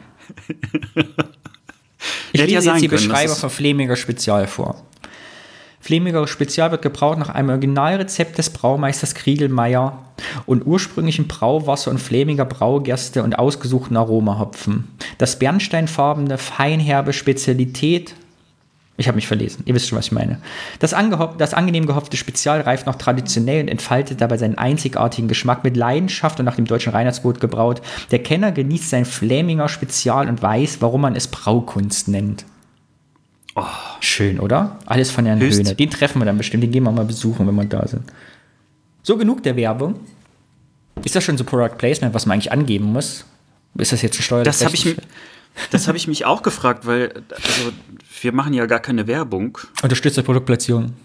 [SPEAKER 1] Ich lese jetzt die Beschreibung von Fleminger Spezial vor. Fleminger Spezial wird gebraut nach einem Originalrezept des Braumeisters Kriegelmeier und ursprünglichen Brauwasser und Fleminger Braugerste und ausgesuchten Aromahopfen. Das bernsteinfarbene, feinherbe Spezialität. Ich habe mich verlesen, ihr wisst schon, was ich meine. Das angenehm gehopfte Spezial reift noch traditionell und entfaltet dabei seinen einzigartigen Geschmack mit Leidenschaft und nach dem deutschen Reinheitsgebot gebraut. Der Kenner genießt sein Fleminger Spezial und weiß, warum man es Braukunst nennt. Oh, schön, oder? Alles von Herrn Höhne. Den treffen wir dann bestimmt, den gehen wir mal besuchen, wenn wir da sind. So, genug der Werbung. Ist das schon so Product Placement, was man eigentlich angeben muss? Ist das jetzt ein steuerliches?
[SPEAKER 2] Das habe ich mich auch gefragt, weil also, wir machen ja gar keine Werbung.
[SPEAKER 1] Unterstützt Produktplatzierung.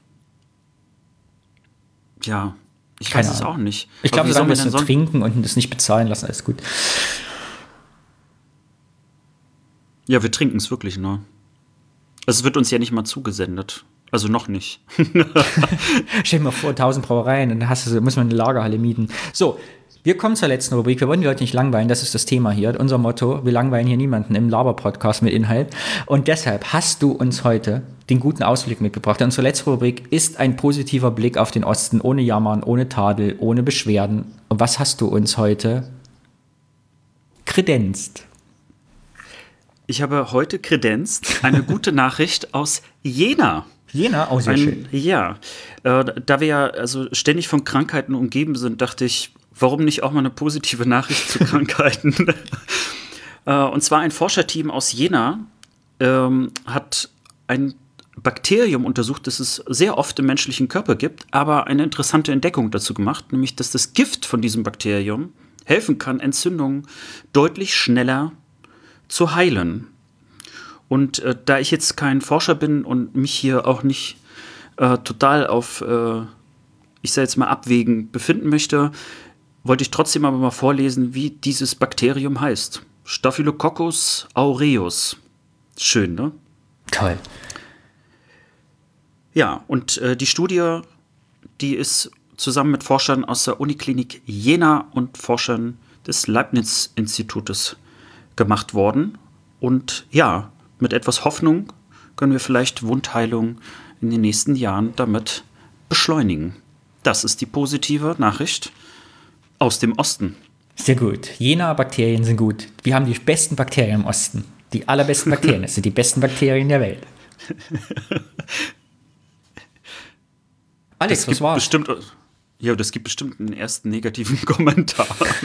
[SPEAKER 2] Ja, ich weiß es auch nicht.
[SPEAKER 1] Ich glaube, solange wir es nur trinken und das nicht bezahlen lassen, alles gut.
[SPEAKER 2] Ja, wir trinken es wirklich nur. Also es wird uns ja nicht mal zugesendet. Also noch nicht.
[SPEAKER 1] Stell dir mal vor, 1000 Brauereien, dann muss man eine Lagerhalle mieten. So, wir kommen zur letzten Rubrik. Wir wollen die Leute nicht langweilen, das ist das Thema hier. Unser Motto, wir langweilen hier niemanden im Laber-Podcast mit Inhalt. Und deshalb hast du uns heute den guten Ausblick mitgebracht. Unsere letzte Rubrik ist ein positiver Blick auf den Osten, ohne Jammern, ohne Tadel, ohne Beschwerden. Und was hast du uns heute kredenzt?
[SPEAKER 2] Ich habe heute kredenzt eine gute Nachricht aus Jena.
[SPEAKER 1] Jena, auch sehr schön.
[SPEAKER 2] Ja, da wir ja also ständig von Krankheiten umgeben sind, dachte ich, warum nicht auch mal eine positive Nachricht zu Krankheiten? Und zwar ein Forscherteam aus Jena hat ein Bakterium untersucht, das es sehr oft im menschlichen Körper gibt, aber eine interessante Entdeckung dazu gemacht, nämlich, dass das Gift von diesem Bakterium helfen kann, Entzündungen deutlich schneller zu heilen. Und da ich jetzt kein Forscher bin und mich hier auch nicht total auf, ich sage jetzt mal, Abwägen befinden möchte, wollte ich trotzdem aber mal vorlesen, wie dieses Bakterium heißt. Staphylococcus aureus. Schön, ne?
[SPEAKER 1] Toll.
[SPEAKER 2] Ja, und die Studie, die ist zusammen mit Forschern aus der Uniklinik Jena und Forschern des Leibniz-Institutes gemacht worden. Und ja, mit etwas Hoffnung können wir vielleicht Wundheilung in den nächsten Jahren damit beschleunigen. Das ist die positive Nachricht aus dem Osten.
[SPEAKER 1] Sehr gut. Jena-Bakterien sind gut. Wir haben die besten Bakterien im Osten. Die allerbesten Bakterien. Das sind die besten Bakterien der Welt. Alex, was war's?
[SPEAKER 2] Das gibt bestimmt einen ersten negativen Kommentar.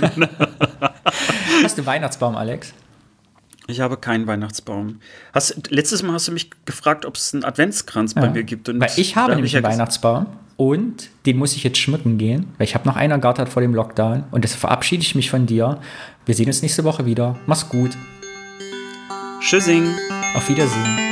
[SPEAKER 1] Hast du Weihnachtsbaum, Alex?
[SPEAKER 2] Ich habe keinen Weihnachtsbaum. Letztes Mal hast du mich gefragt, ob es einen Adventskranz bei mir gibt. Und
[SPEAKER 1] weil ich habe nämlich einen Weihnachtsbaum und den muss ich jetzt schmücken gehen, weil ich habe noch einen ergattert vor dem Lockdown und deshalb verabschiede ich mich von dir. Wir sehen uns nächste Woche wieder. Mach's gut.
[SPEAKER 2] Tschüssing.
[SPEAKER 1] Auf Wiedersehen.